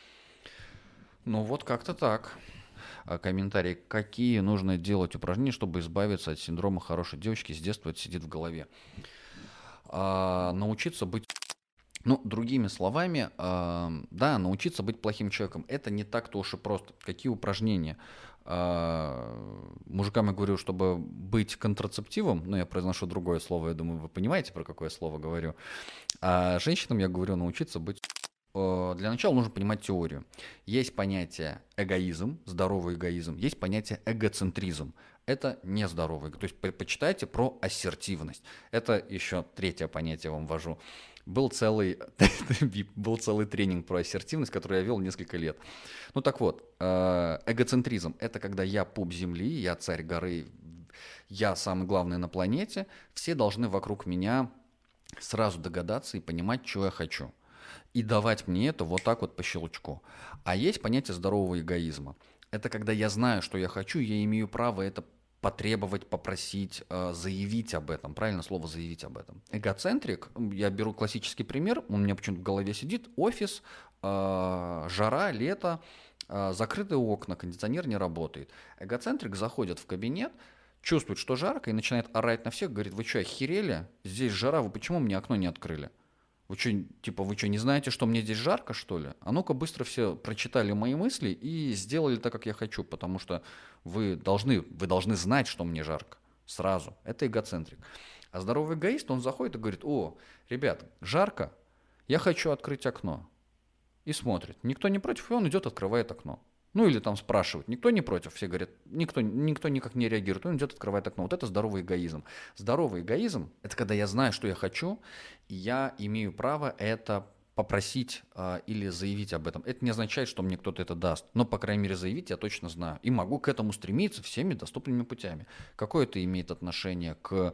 Ну вот как-то так. А комментарий. Какие нужно делать упражнения, чтобы избавиться от синдрома хорошей девочки? С детства это сидит в голове. А, научиться быть... Ну, другими словами, а, да, научиться быть плохим человеком. Это не так-то уж и просто. Какие упражнения? А, мужикам я говорю, чтобы быть контрацептивом, ну, я произношу другое слово, я думаю, вы понимаете, про какое слово говорю. А женщинам я говорю научиться быть. Э, Для начала нужно понимать теорию. Есть понятие эгоизм, здоровый эгоизм, есть понятие эгоцентризм. Это нездоровый. То есть по- почитайте про ассертивность. Это еще третье понятие вам ввожу. Был целый, был целый тренинг про ассертивность, который я вел несколько лет. Ну так вот, э, эгоцентризм – это когда я пуп земли, я царь горы, я самый главный на планете, все должны вокруг меня сразу догадаться и понимать, чего я хочу. И давать мне это вот так вот по щелчку. А есть понятие здорового эгоизма. Это когда я знаю, что я хочу, я имею право это потребовать, попросить, э, заявить об этом. Правильно слово заявить об этом. Эгоцентрик, я беру классический пример, он у меня почему-то в голове сидит, офис, э, жара, лето, э, закрытые окна, кондиционер не работает. Эгоцентрик заходит в кабинет, чувствует, что жарко, и начинает орать на всех, говорит: вы что, охерели? Здесь жара, вы почему мне окно не открыли? Вы что, типа, вы что, не знаете, что мне здесь жарко, что ли? А ну-ка быстро все прочитали мои мысли и сделали так, как я хочу, потому что вы должны, вы должны знать, что мне жарко. Сразу. Это эгоцентрик. А здоровый эгоист, он заходит и говорит: о, ребят, жарко, я хочу открыть окно. И смотрит. Никто не против, и он идет, открывает окно. Ну или там спрашивают, никто не против, все говорят, никто, никто никак не реагирует, он идет, открывает окно. Вот это здоровый эгоизм. Здоровый эгоизм — это когда я знаю, что я хочу, и я имею право это попросить а, или заявить об этом. Это не означает, что мне кто-то это даст, но, по крайней мере, заявить я точно знаю. И могу к этому стремиться всеми доступными путями. Какое это имеет отношение к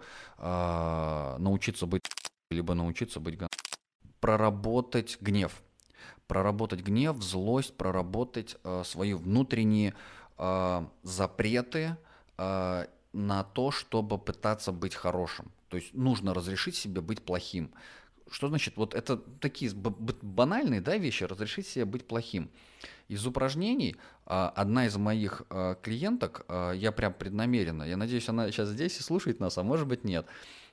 а, научиться быть либо научиться быть гон- проработать гнев. Проработать гнев, злость, проработать э, свои внутренние э, запреты э, на то, чтобы пытаться быть хорошим. То есть нужно разрешить себе быть плохим. Что значит? Вот это такие б- б- банальные, да, вещи, разрешить себе быть плохим. Из упражнений а, одна из моих а, клиенток, а, я прям преднамеренно, я надеюсь, она сейчас здесь и слушает нас, а может быть нет.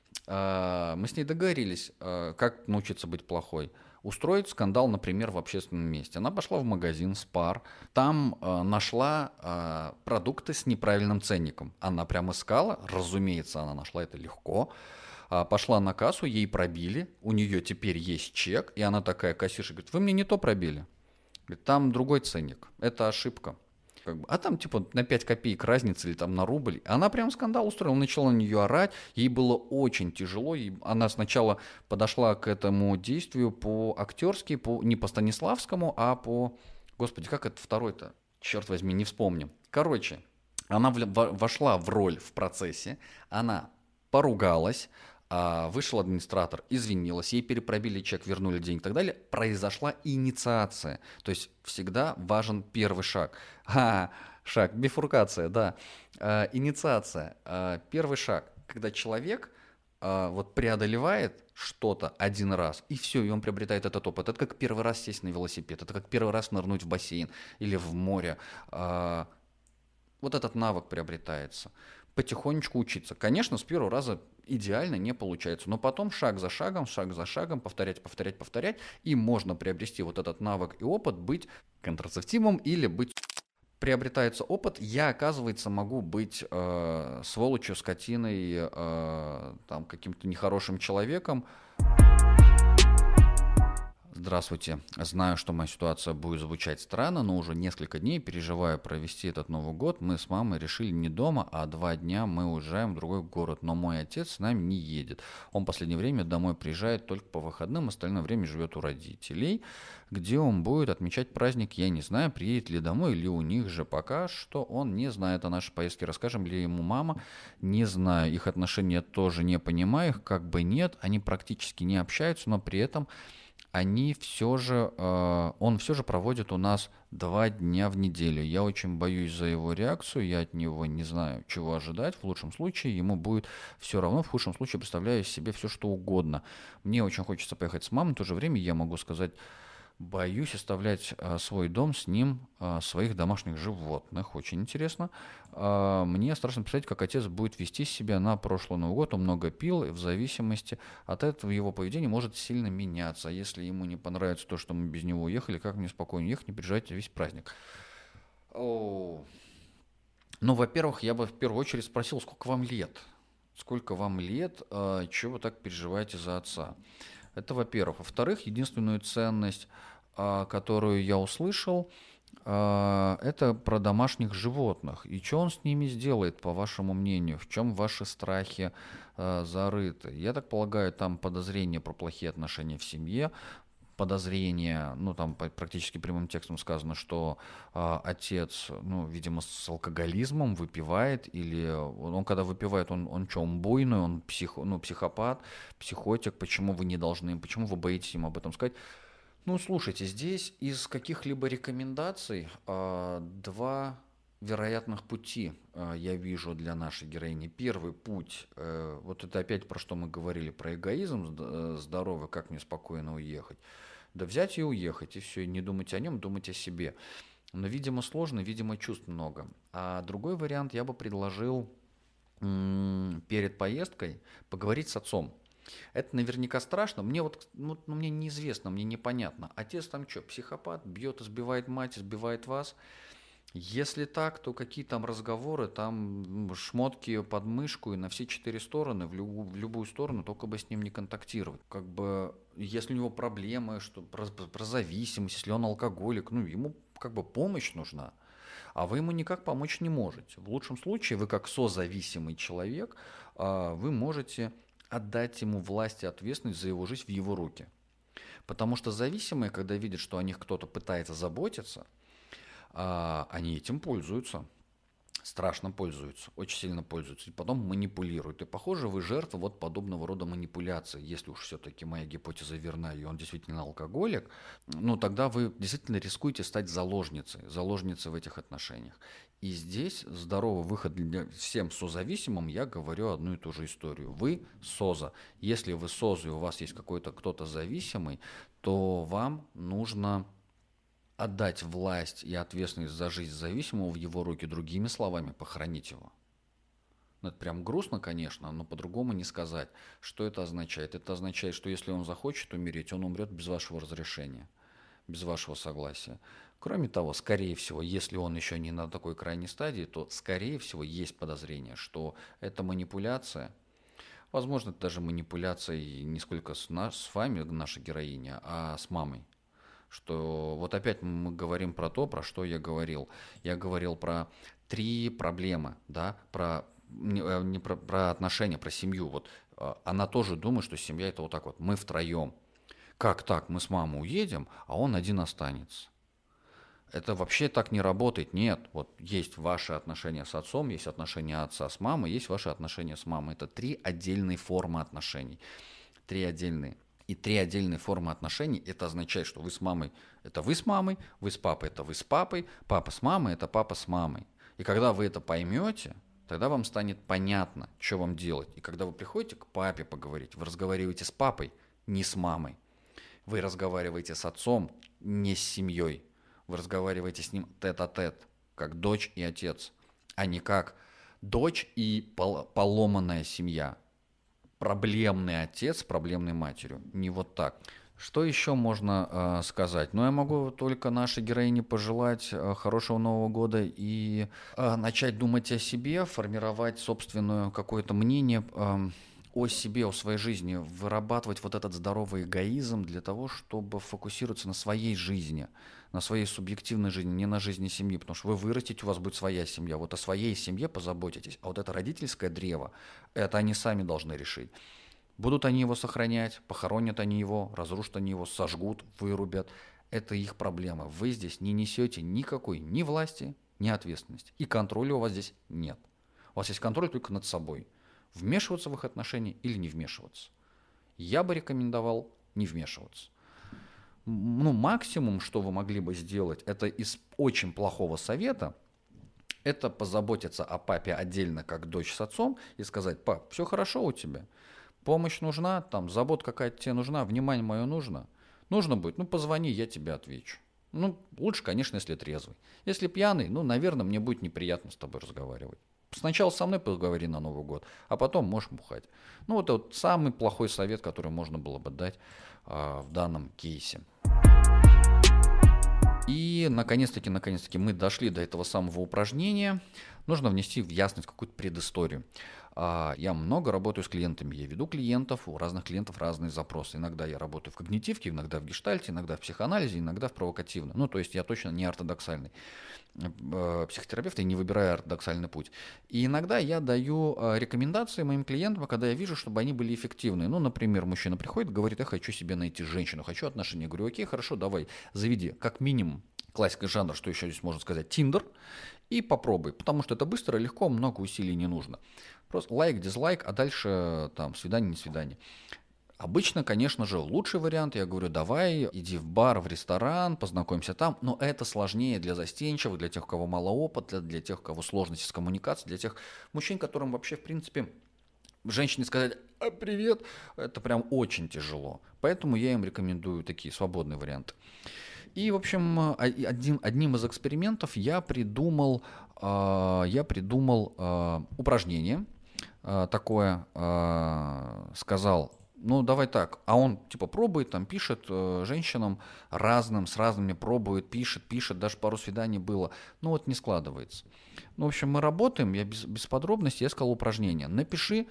А, мы с ней договорились, а, как научиться быть плохой. Устроить скандал, например, в общественном месте. Она пошла в магазин Спар, там а, нашла а, продукты с неправильным ценником. Она прям искала, разумеется, она нашла это легко. А, пошла на кассу, ей пробили, у нее теперь есть чек, и она такая, кассирша, говорит: вы мне не то пробили. Говорит: там другой ценник, это ошибка. Как бы, а там типа на пять копеек разница или там на рубль. Она прям скандал устроила, начала на нее орать. Ей было очень тяжело. И она сначала подошла к этому действию по-актерски, по, не по Станиславскому, а по... Господи, как это второй-то? Черт возьми, не вспомню. Короче, она вля- во- вошла в роль в процессе, она поругалась, а, вышел администратор, извинилась, ей перепробили чек, вернули деньги и так далее. Произошла инициация. То есть всегда важен первый шаг. А, шаг, бифуркация, да. А, инициация. А, первый шаг, когда человек а, вот преодолевает что-то один раз, и все, и он приобретает этот опыт. Это как первый раз сесть на велосипед, это как первый раз нырнуть в бассейн или в море. А, вот этот навык приобретается. Потихонечку учиться. Конечно, с первого раза идеально не получается, но потом шаг за шагом, шаг за шагом, повторять, повторять, повторять, и можно приобрести вот этот навык и опыт быть контрацептивом или быть... Приобретается опыт, я, оказывается, могу быть э, сволочью, скотиной, э, там, каким-то нехорошим человеком. Здравствуйте. Знаю, что моя ситуация будет звучать странно, но уже несколько дней переживаю провести этот Новый год. Мы с мамой решили не дома, а два дня мы уезжаем в другой город. Но мой отец с нами не едет. Он в последнее время домой приезжает только по выходным, остальное время живет у родителей. Где он будет отмечать праздник, я не знаю, приедет ли домой или у них же. Пока что он не знает о нашей поездке. Расскажем ли ему мама? Не знаю. Их отношения тоже не понимаю, их как бы нет. Они практически не общаются, но при этом они все же, э, он все же проводит у нас два дня в неделю. Я очень боюсь за его реакцию, я от него не знаю, чего ожидать. В лучшем случае ему будет все равно, в худшем случае представляю себе все, что угодно. Мне очень хочется поехать с мамой, в то же время я могу сказать: боюсь оставлять а, свой дом, с ним а, своих домашних животных. Очень интересно. А, мне страшно представить, как отец будет вести себя на прошлый Новый год. Он много пил, и в зависимости от этого его поведение может сильно меняться. Если ему не понравится то, что мы без него уехали, как мне спокойно ехать, не переживайте весь праздник. О, ну, во-первых, я бы в первую очередь спросил, сколько вам лет? Сколько вам лет, а, чего вы так переживаете за отца? Это во-первых. Во-вторых, единственную ценность, а, которую я услышал, а, это про домашних животных. И что он с ними сделает, по вашему мнению? В чем ваши страхи а, зарыты? Я так полагаю, там подозрения про плохие отношения в семье. подозрение, ну там по- практически прямым текстом сказано, что а, отец, ну, видимо, с алкоголизмом выпивает, или он, он когда выпивает, он, он что, он буйный, он псих, ну, психопат, психотик, почему вы не должны, почему вы боитесь ему об этом сказать? Ну, слушайте, здесь из каких-либо рекомендаций а, два вероятных пути а, я вижу для нашей героини. Первый путь, э, вот это опять про что мы говорили, про эгоизм зд- э, здоровый, как мне спокойно уехать. Да взять и уехать, и все, и не думать о нем, думать о себе. Но, видимо, сложно, видимо, чувств много. А другой вариант я бы предложил м, перед поездкой поговорить с отцом. Это наверняка страшно. Мне вот, ну, ну, мне неизвестно, мне непонятно. Отец там что, психопат, бьет, избивает мать, избивает вас? Если так, то какие там разговоры, там м, шмотки под мышку и на все четыре стороны, в, любу- в любую сторону, только бы с ним не контактировать. Как бы, если у него проблемы, что про, про зависимость, если он алкоголик, ну, ему как бы помощь нужна, а вы ему никак помочь не можете. В лучшем случае вы как созависимый человек, а, вы можете отдать ему власть и ответственность за его жизнь в его руки. Потому что зависимые, когда видят, что о них кто-то пытается заботиться, а, они этим пользуются. Страшно пользуются, очень сильно пользуются, и потом манипулируют. И, похоже, вы жертва вот подобного рода манипуляции. Если уж все-таки моя гипотеза верна, и он действительно алкоголик, ну, тогда вы действительно рискуете стать заложницей, заложницей в этих отношениях. И здесь здоровый выход для всем созависимым, я говорю одну и ту же историю. Вы соза. Если вы соза, и у вас есть какой-то кто-то зависимый, то вам нужно отдать власть и ответственность за жизнь зависимого в его руки, другими словами, похоронить его. Ну, это прям грустно, конечно, но по-другому не сказать. Что это означает? Это означает, что если он захочет умереть, он умрет без вашего разрешения, без вашего согласия. Кроме того, скорее всего, если он еще не на такой крайней стадии, то, скорее всего, есть подозрение, что это манипуляция. Возможно, это даже манипуляция и не сколько с, нас, с вами, наша героиня, а с мамой. Что вот опять мы говорим про то, про что я говорил. Я говорил про три проблемы, да, про не, э, не про, про отношения, про семью. Вот э, она тоже думает, что семья это вот так вот, мы втроем. Как так? Мы с мамой уедем, а он один останется. Это вообще так не работает. Нет, вот есть ваши отношения с отцом, есть отношения отца с мамой, есть ваши отношения с мамой. Это три отдельные формы отношений. Три отдельные. И три отдельные формы отношений, это означает, что вы с мамой, это вы с мамой, вы с папой, это вы с папой, папа с мамой, это папа с мамой. И когда вы это поймете, тогда вам станет понятно, что вам делать. И когда вы приходите к папе поговорить, вы разговариваете с папой, не с мамой. Вы разговариваете с отцом, не с семьей. Вы разговариваете с ним тет-а-тет, как дочь и отец, а не как дочь и пол- поломанная семья. Проблемный отец с проблемной матерью. Не вот так. Что еще можно э, сказать? Ну, я могу только нашей героине пожелать э, хорошего Нового года и э, начать думать о себе, формировать собственное какое-то мнение э, о себе, о своей жизни, вырабатывать вот этот здоровый эгоизм для того, чтобы фокусироваться на своей жизни, на своей субъективной жизни, не на жизни семьи, потому что вы вырастете, у вас будет своя семья, вот о своей семье позаботитесь, а вот это родительское древо, это они сами должны решить. Будут они его сохранять, похоронят они его, разрушат они его, сожгут, вырубят. Это их проблема. Вы здесь не несете никакой ни власти, ни ответственности. И контроля у вас здесь нет. У вас есть контроль только над собой. Вмешиваться в их отношения или не вмешиваться. Я бы рекомендовал не вмешиваться. Ну, максимум, что вы могли бы сделать, это из очень плохого совета, это позаботиться о папе отдельно, как дочь с отцом, и сказать: пап, все хорошо у тебя, помощь нужна, там, забота какая-то тебе нужна, внимание мое нужно. Нужно будет, ну, позвони, я тебе отвечу. Ну, лучше, конечно, если трезвый. Если пьяный, ну, наверное, мне будет неприятно с тобой разговаривать. Сначала со мной поговори на Новый год, а потом можешь бухать. Ну, вот это вот самый плохой совет, который можно было бы дать а, в данном кейсе. И, наконец-таки, наконец-таки мы дошли до этого самого упражнения. Нужно внести в ясность какую-то предысторию. А, Я много работаю с клиентами, я веду клиентов, у разных клиентов разные запросы. Иногда я работаю в когнитивке, иногда в гештальте, иногда в психоанализе, иногда в провокативном. Ну, то есть я точно не ортодоксальный э, психотерапевт и не выбираю ортодоксальный путь. И иногда я даю э, рекомендации моим клиентам, когда я вижу, чтобы они были эффективны. Ну, например, мужчина приходит, говорит, я хочу себе найти женщину, хочу отношения. Я говорю, окей, хорошо, давай, заведи, как минимум, классика жанра, что еще здесь можно сказать, Тиндер, и попробуй, потому что это быстро, легко, много усилий не нужно. Просто лайк, дизлайк, а дальше там свидание, не свидание. Обычно, конечно же, лучший вариант, я говорю, давай, иди в бар, в ресторан, познакомься там, но это сложнее для застенчивых, для тех, у кого мало опыта, для тех, у кого сложности с коммуникацией, для тех мужчин, которым вообще, в принципе, женщине сказать «А, привет», это прям очень тяжело. Поэтому я им рекомендую такие свободные варианты. И, в общем, одним, одним из экспериментов я придумал, э, я придумал э, упражнение э, такое, э, сказал, ну давай так, а он типа пробует, там пишет э, женщинам разным, с разными пробует, пишет, пишет, даже пару свиданий было, ну вот не складывается. Ну, в общем, мы работаем, я без, без подробностей, я сказал упражнение, напиши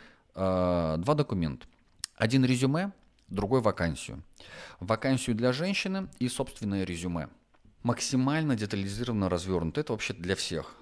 э, два документа, один резюме, другой вакансию. Вакансию для женщины и собственное резюме. Максимально детализированно развернуто. Это вообще для всех.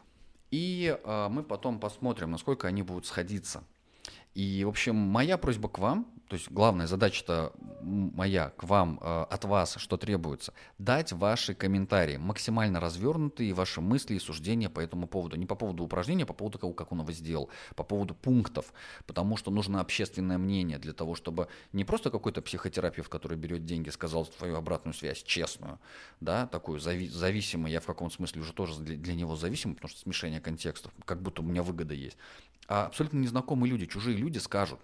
И э, мы потом посмотрим, насколько они будут сходиться. И, в общем, моя просьба к вам, то есть главная задача-то моя к вам, э, от вас, что требуется, дать ваши комментарии, максимально развернутые ваши мысли и суждения по этому поводу. Не по поводу упражнения, а по поводу того, как он его сделал, по поводу пунктов, потому что нужно общественное мнение для того, чтобы не просто какой-то психотерапевт, который берет деньги, сказал свою обратную связь, честную, да, такую зави- зависимую, я в каком-то смысле уже тоже для, для него зависимый, потому что смешение контекстов, как будто у меня выгода есть. А абсолютно незнакомые люди, чужие люди скажут,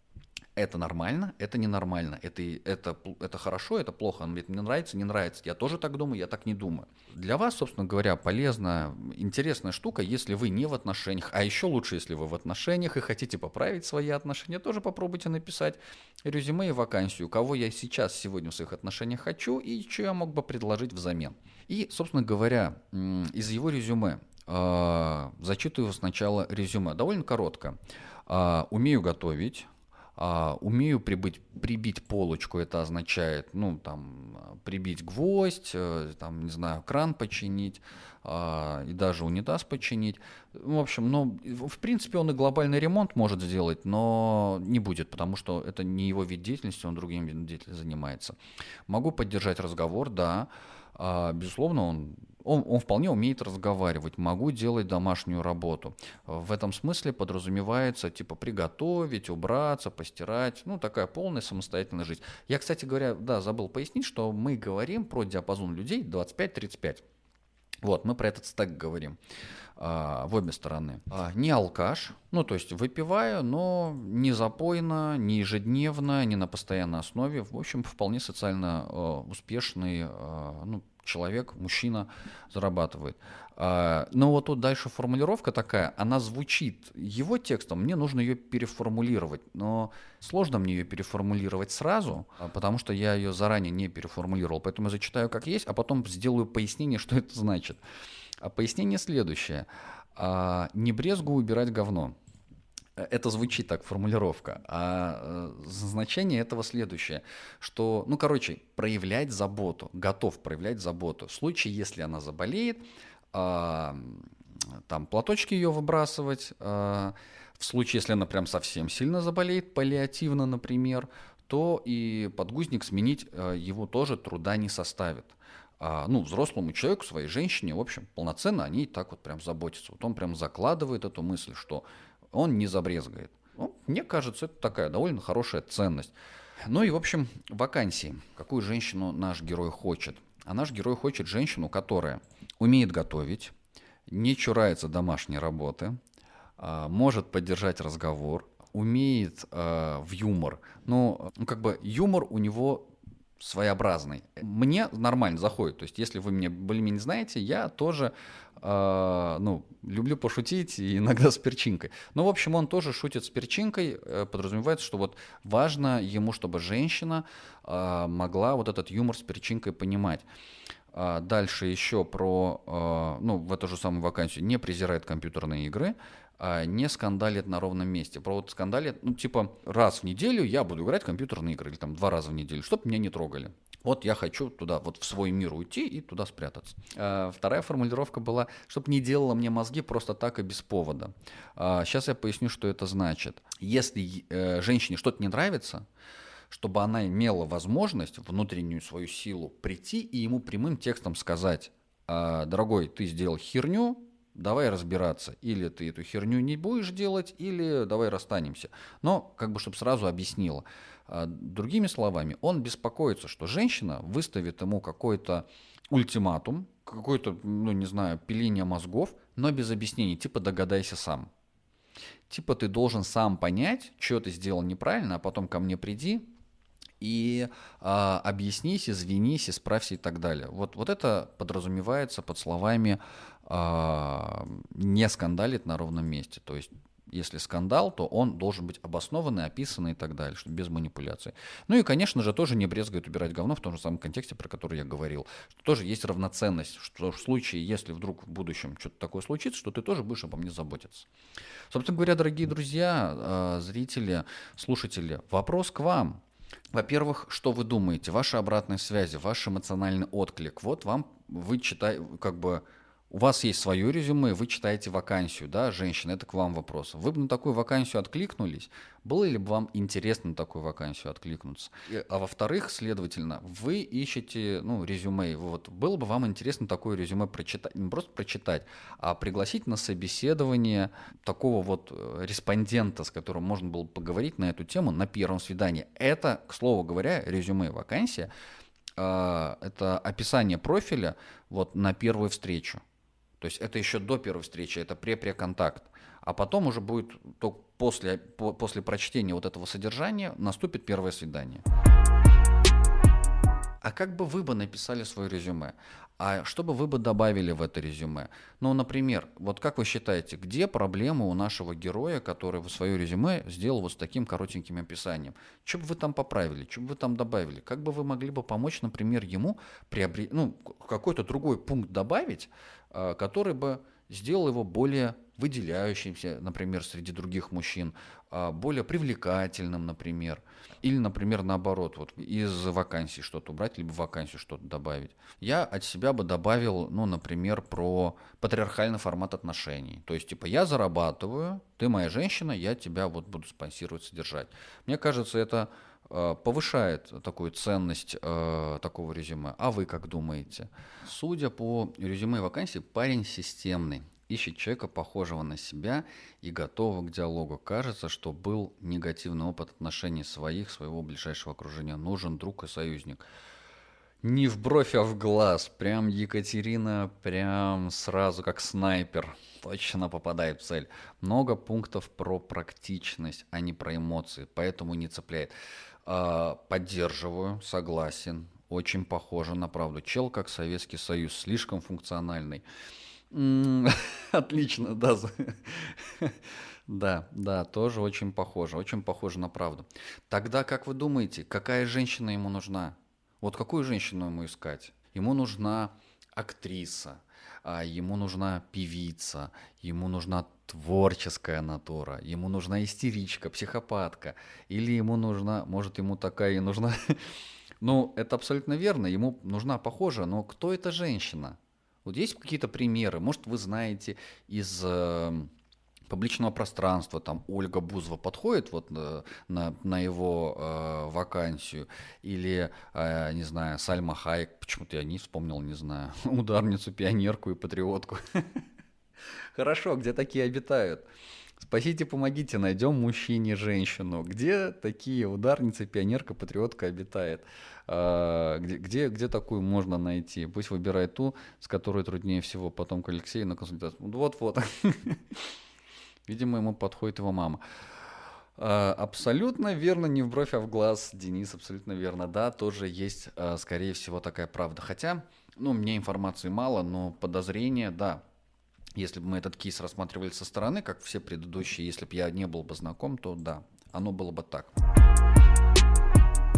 это нормально, это ненормально, это, это, это хорошо, это плохо, он говорит, мне нравится, не нравится, я тоже так думаю, я так не думаю. Для вас, собственно говоря, полезная, интересная штука, если вы не в отношениях, а еще лучше, если вы в отношениях и хотите поправить свои отношения, тоже попробуйте написать резюме и вакансию, кого я сейчас сегодня в своих отношениях хочу и что я мог бы предложить взамен. И, собственно говоря, из его резюме, зачитываю сначала резюме, довольно коротко. Умею готовить. Uh, умею прибыть, прибить полочку, это означает, ну, там, прибить гвоздь, э, там, не знаю, кран починить, uh, и даже унитаз починить. В общем, ну, в принципе, он и глобальный ремонт может сделать, но не будет, потому что это не его вид деятельности, он другим видом деятельности занимается. Могу поддержать разговор, да, uh, безусловно, он... Он, он вполне умеет разговаривать, могу делать домашнюю работу. В этом смысле подразумевается типа приготовить, убраться, постирать, ну такая полная самостоятельная жизнь. Я, кстати говоря, да, забыл пояснить, что мы говорим про диапазон людей двадцать пять тридцать пять. Вот, мы про этот стек говорим а, в обе стороны. А, не алкаш, ну то есть выпиваю, но не запойно, не ежедневно, не на постоянной основе. В общем, вполне социально а, успешный, а, ну, человек, мужчина зарабатывает. А, но вот тут дальше формулировка такая, она звучит его текстом, мне нужно ее переформулировать, но сложно мне ее переформулировать сразу, потому что я ее заранее не переформулировал, поэтому я зачитаю как есть, а потом сделаю пояснение, что это значит. А пояснение следующее. А, не брезгую убирать говно. Это звучит так, формулировка, а значение этого следующее, что, ну, короче, проявлять заботу, готов проявлять заботу. В случае, если она заболеет, а, там, платочки ее выбрасывать, а, в случае, если она прям совсем сильно заболеет, паллиативно, например, то и подгузник сменить а, его тоже труда не составит. А, ну, взрослому человеку, своей женщине, в общем, полноценно о ней так вот прям заботятся. Вот он прям закладывает эту мысль, что он не забрезгает. Ну, мне кажется, это такая довольно хорошая ценность. Ну и, в общем, вакансии. Какую женщину наш герой хочет? А наш герой хочет женщину, которая умеет готовить, не чурается домашней работы, может поддержать разговор, умеет в юмор. Ну, как бы юмор у него своеобразный. Мне нормально заходит. То есть, если вы меня более-менее знаете, я тоже э, ну, люблю пошутить и иногда с перчинкой. Ну, в общем, он тоже шутит с перчинкой. Э, подразумевается, что вот важно ему, чтобы женщина э, могла вот этот юмор с перчинкой понимать. А дальше еще про, а, ну, в эту же самую вакансию, не презирает компьютерные игры, а не скандалит на ровном месте. Про вот скандалит, ну, типа, раз в неделю я буду играть в компьютерные игры, или там два раза в неделю, чтобы меня не трогали. Вот я хочу туда, вот в свой мир уйти и туда спрятаться. А вторая формулировка была, чтобы не делала мне мозги просто так и без повода. А сейчас я поясню, что это значит. Если э, женщине что-то не нравится, чтобы она имела возможность, внутреннюю свою силу, прийти и ему прямым текстом сказать: «А, дорогой, ты сделал херню, давай разбираться. Или ты эту херню не будешь делать, или давай расстанемся». Но как бы, чтобы сразу объяснила. А, другими словами, он беспокоится, что женщина выставит ему какой-то ультиматум, какое-то, ну не знаю, пиление мозгов, но без объяснений, типа «догадайся сам». Типа ты должен сам понять, что ты сделал неправильно, а потом ко мне приди и а, объяснись, извинись, исправься и так далее. Вот, вот это подразумевается под словами а, «не скандалит на ровном месте». То есть если скандал, то он должен быть обоснованный, описанный и так далее, чтобы без манипуляций. Ну и, конечно же, тоже не брезгует убирать говно в том же самом контексте, про который я говорил. Что тоже есть равноценность, что в случае, если вдруг в будущем что-то такое случится, что ты тоже будешь обо мне заботиться. Собственно говоря, дорогие друзья, зрители, слушатели, вопрос к вам. Во-первых, что вы думаете? Ваши обратные связи, ваш эмоциональный отклик. Вот вам, вы читаете, как бы, у вас есть свое резюме, вы читаете вакансию, да, женщина, это к вам вопрос. Вы бы на такую вакансию откликнулись? Было ли бы вам интересно на такую вакансию откликнуться? И, а во-вторых, следовательно, вы ищете, ну, резюме. Вот было бы вам интересно такое резюме прочитать, не просто прочитать, а пригласить на собеседование такого вот респондента, с которым можно было поговорить на эту тему на первом свидании. Это, к слову говоря, резюме, вакансия, э, это описание профиля вот на первую встречу. То есть это еще до первой встречи, это пре-преконтакт. А потом уже будет, только после, после прочтения вот этого содержания наступит первое свидание. А как бы вы бы написали свое резюме? А что бы вы бы добавили в это резюме? Ну, например, вот как вы считаете, где проблема у нашего героя, который в свое резюме сделал вот с таким коротеньким описанием? Что бы вы там поправили, что бы вы там добавили? Как бы вы могли бы помочь, например, ему приобрести, ну, какой-то другой пункт добавить, который бы сделал его более выделяющимся, например, среди других мужчин, более привлекательным, например. Или, например, наоборот, вот из вакансий что-то убрать, либо в вакансию что-то добавить. Я от себя бы добавил, ну, например, про патриархальный формат отношений. То есть, типа, я зарабатываю, ты моя женщина, я тебя вот буду спонсировать, содержать. Мне кажется, это э, повышает такую ценность э, такого резюме. А вы как думаете? Судя по резюме вакансии, парень системный. Ищет человека, похожего на себя и готового к диалогу. Кажется, что был негативный опыт отношений своих, своего ближайшего окружения. Нужен друг и союзник. Не в бровь, а в глаз. Прям Екатерина, прям сразу как снайпер. Точно попадает в цель. Много пунктов про практичность, а не про эмоции. Поэтому не цепляет. Поддерживаю, согласен. Очень похоже на правду. Чел как Советский Союз. Слишком функциональный. Отлично, да. Да, да, тоже очень похоже, очень похоже на правду. Тогда, как вы думаете, какая женщина ему нужна? Вот какую женщину ему искать? Ему нужна актриса, ему нужна певица, ему нужна творческая натура, ему нужна истеричка, психопатка, или ему нужна, может, ему такая и нужна... Ну, это абсолютно верно, ему нужна похожая, но кто эта женщина? Вот есть какие-то примеры, может, вы знаете из э, публичного пространства, там Ольга Бузова подходит вот э, на, на его э, вакансию, или, э, не знаю, Сальма Хайек, почему-то я не вспомнил, не знаю, ударницу, пионерку и патриотку. Хорошо, где такие обитают? Спасите, помогите, найдем мужчине женщину. Где такие ударницы, пионерка, патриотка обитает? А, где, где, где такую можно найти? Пусть выбирает ту, с которой труднее всего потом к Алексею на консультацию. Вот-вот. Видимо, ему подходит его мама. А, абсолютно верно, не в бровь, а в глаз, Денис, абсолютно верно. Да, тоже есть, скорее всего, такая правда. Хотя, ну, мне информации мало, но подозрение, да. Если бы мы этот кейс рассматривали со стороны, как все предыдущие, если бы я не был бы знаком, то да, оно было бы так.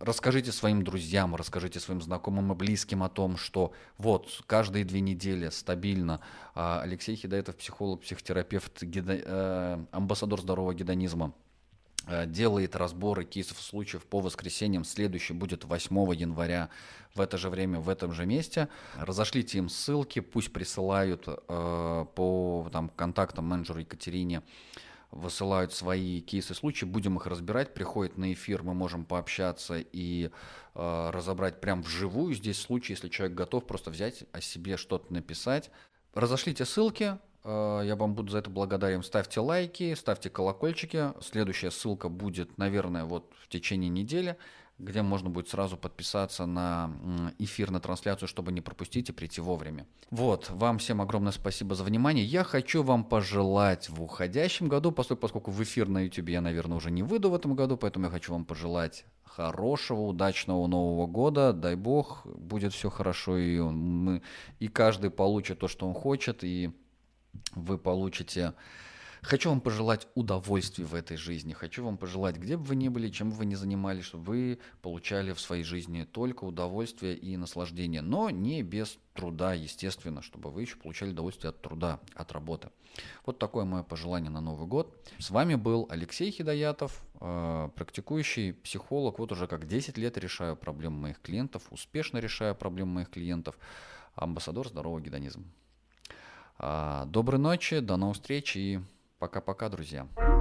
расскажите своим друзьям, расскажите своим знакомым и близким о том, что вот каждые две недели стабильно а, Алексей Хидаятов, психолог, психотерапевт, гида- э, амбассадор здорового гедонизма, э, делает разборы кейсов и случаев по воскресеньям. Следующий будет восьмого января в это же время, в этом же месте. Разошлите им ссылки, пусть присылают э, по там, контактам менеджеру Екатерине, высылают свои кейсы, случаи, будем их разбирать, приходят на эфир, мы можем пообщаться и э, разобрать прям вживую здесь случай, если человек готов просто взять о себе что-то написать. Разошлите ссылки, э, я вам буду за это благодарен. Ставьте лайки, ставьте колокольчики. Следующая ссылка будет, наверное, вот в течение недели, где можно будет сразу подписаться на эфир, на трансляцию, чтобы не пропустить и прийти вовремя. Вот, вам всем огромное спасибо за внимание. Я хочу вам пожелать в уходящем году, поскольку, поскольку в эфир на YouTube я, наверное, уже не выйду в этом году, поэтому я хочу вам пожелать хорошего, удачного Нового года. Дай Бог, будет все хорошо, и, мы, и каждый получит то, что он хочет, и вы получите... Хочу вам пожелать удовольствия в этой жизни. Хочу вам пожелать, где бы вы ни были, чем бы вы ни занимались, чтобы вы получали в своей жизни только удовольствие и наслаждение, но не без труда, естественно, чтобы вы еще получали удовольствие от труда, от работы. Вот такое мое пожелание на Новый год. С вами был Алексей Хидаятов, практикующий психолог. Вот уже как десять лет решаю проблемы моих клиентов, успешно решаю проблемы моих клиентов. Амбассадор здорового гедонизма. Доброй ночи, до новых встреч и пока-пока, друзья.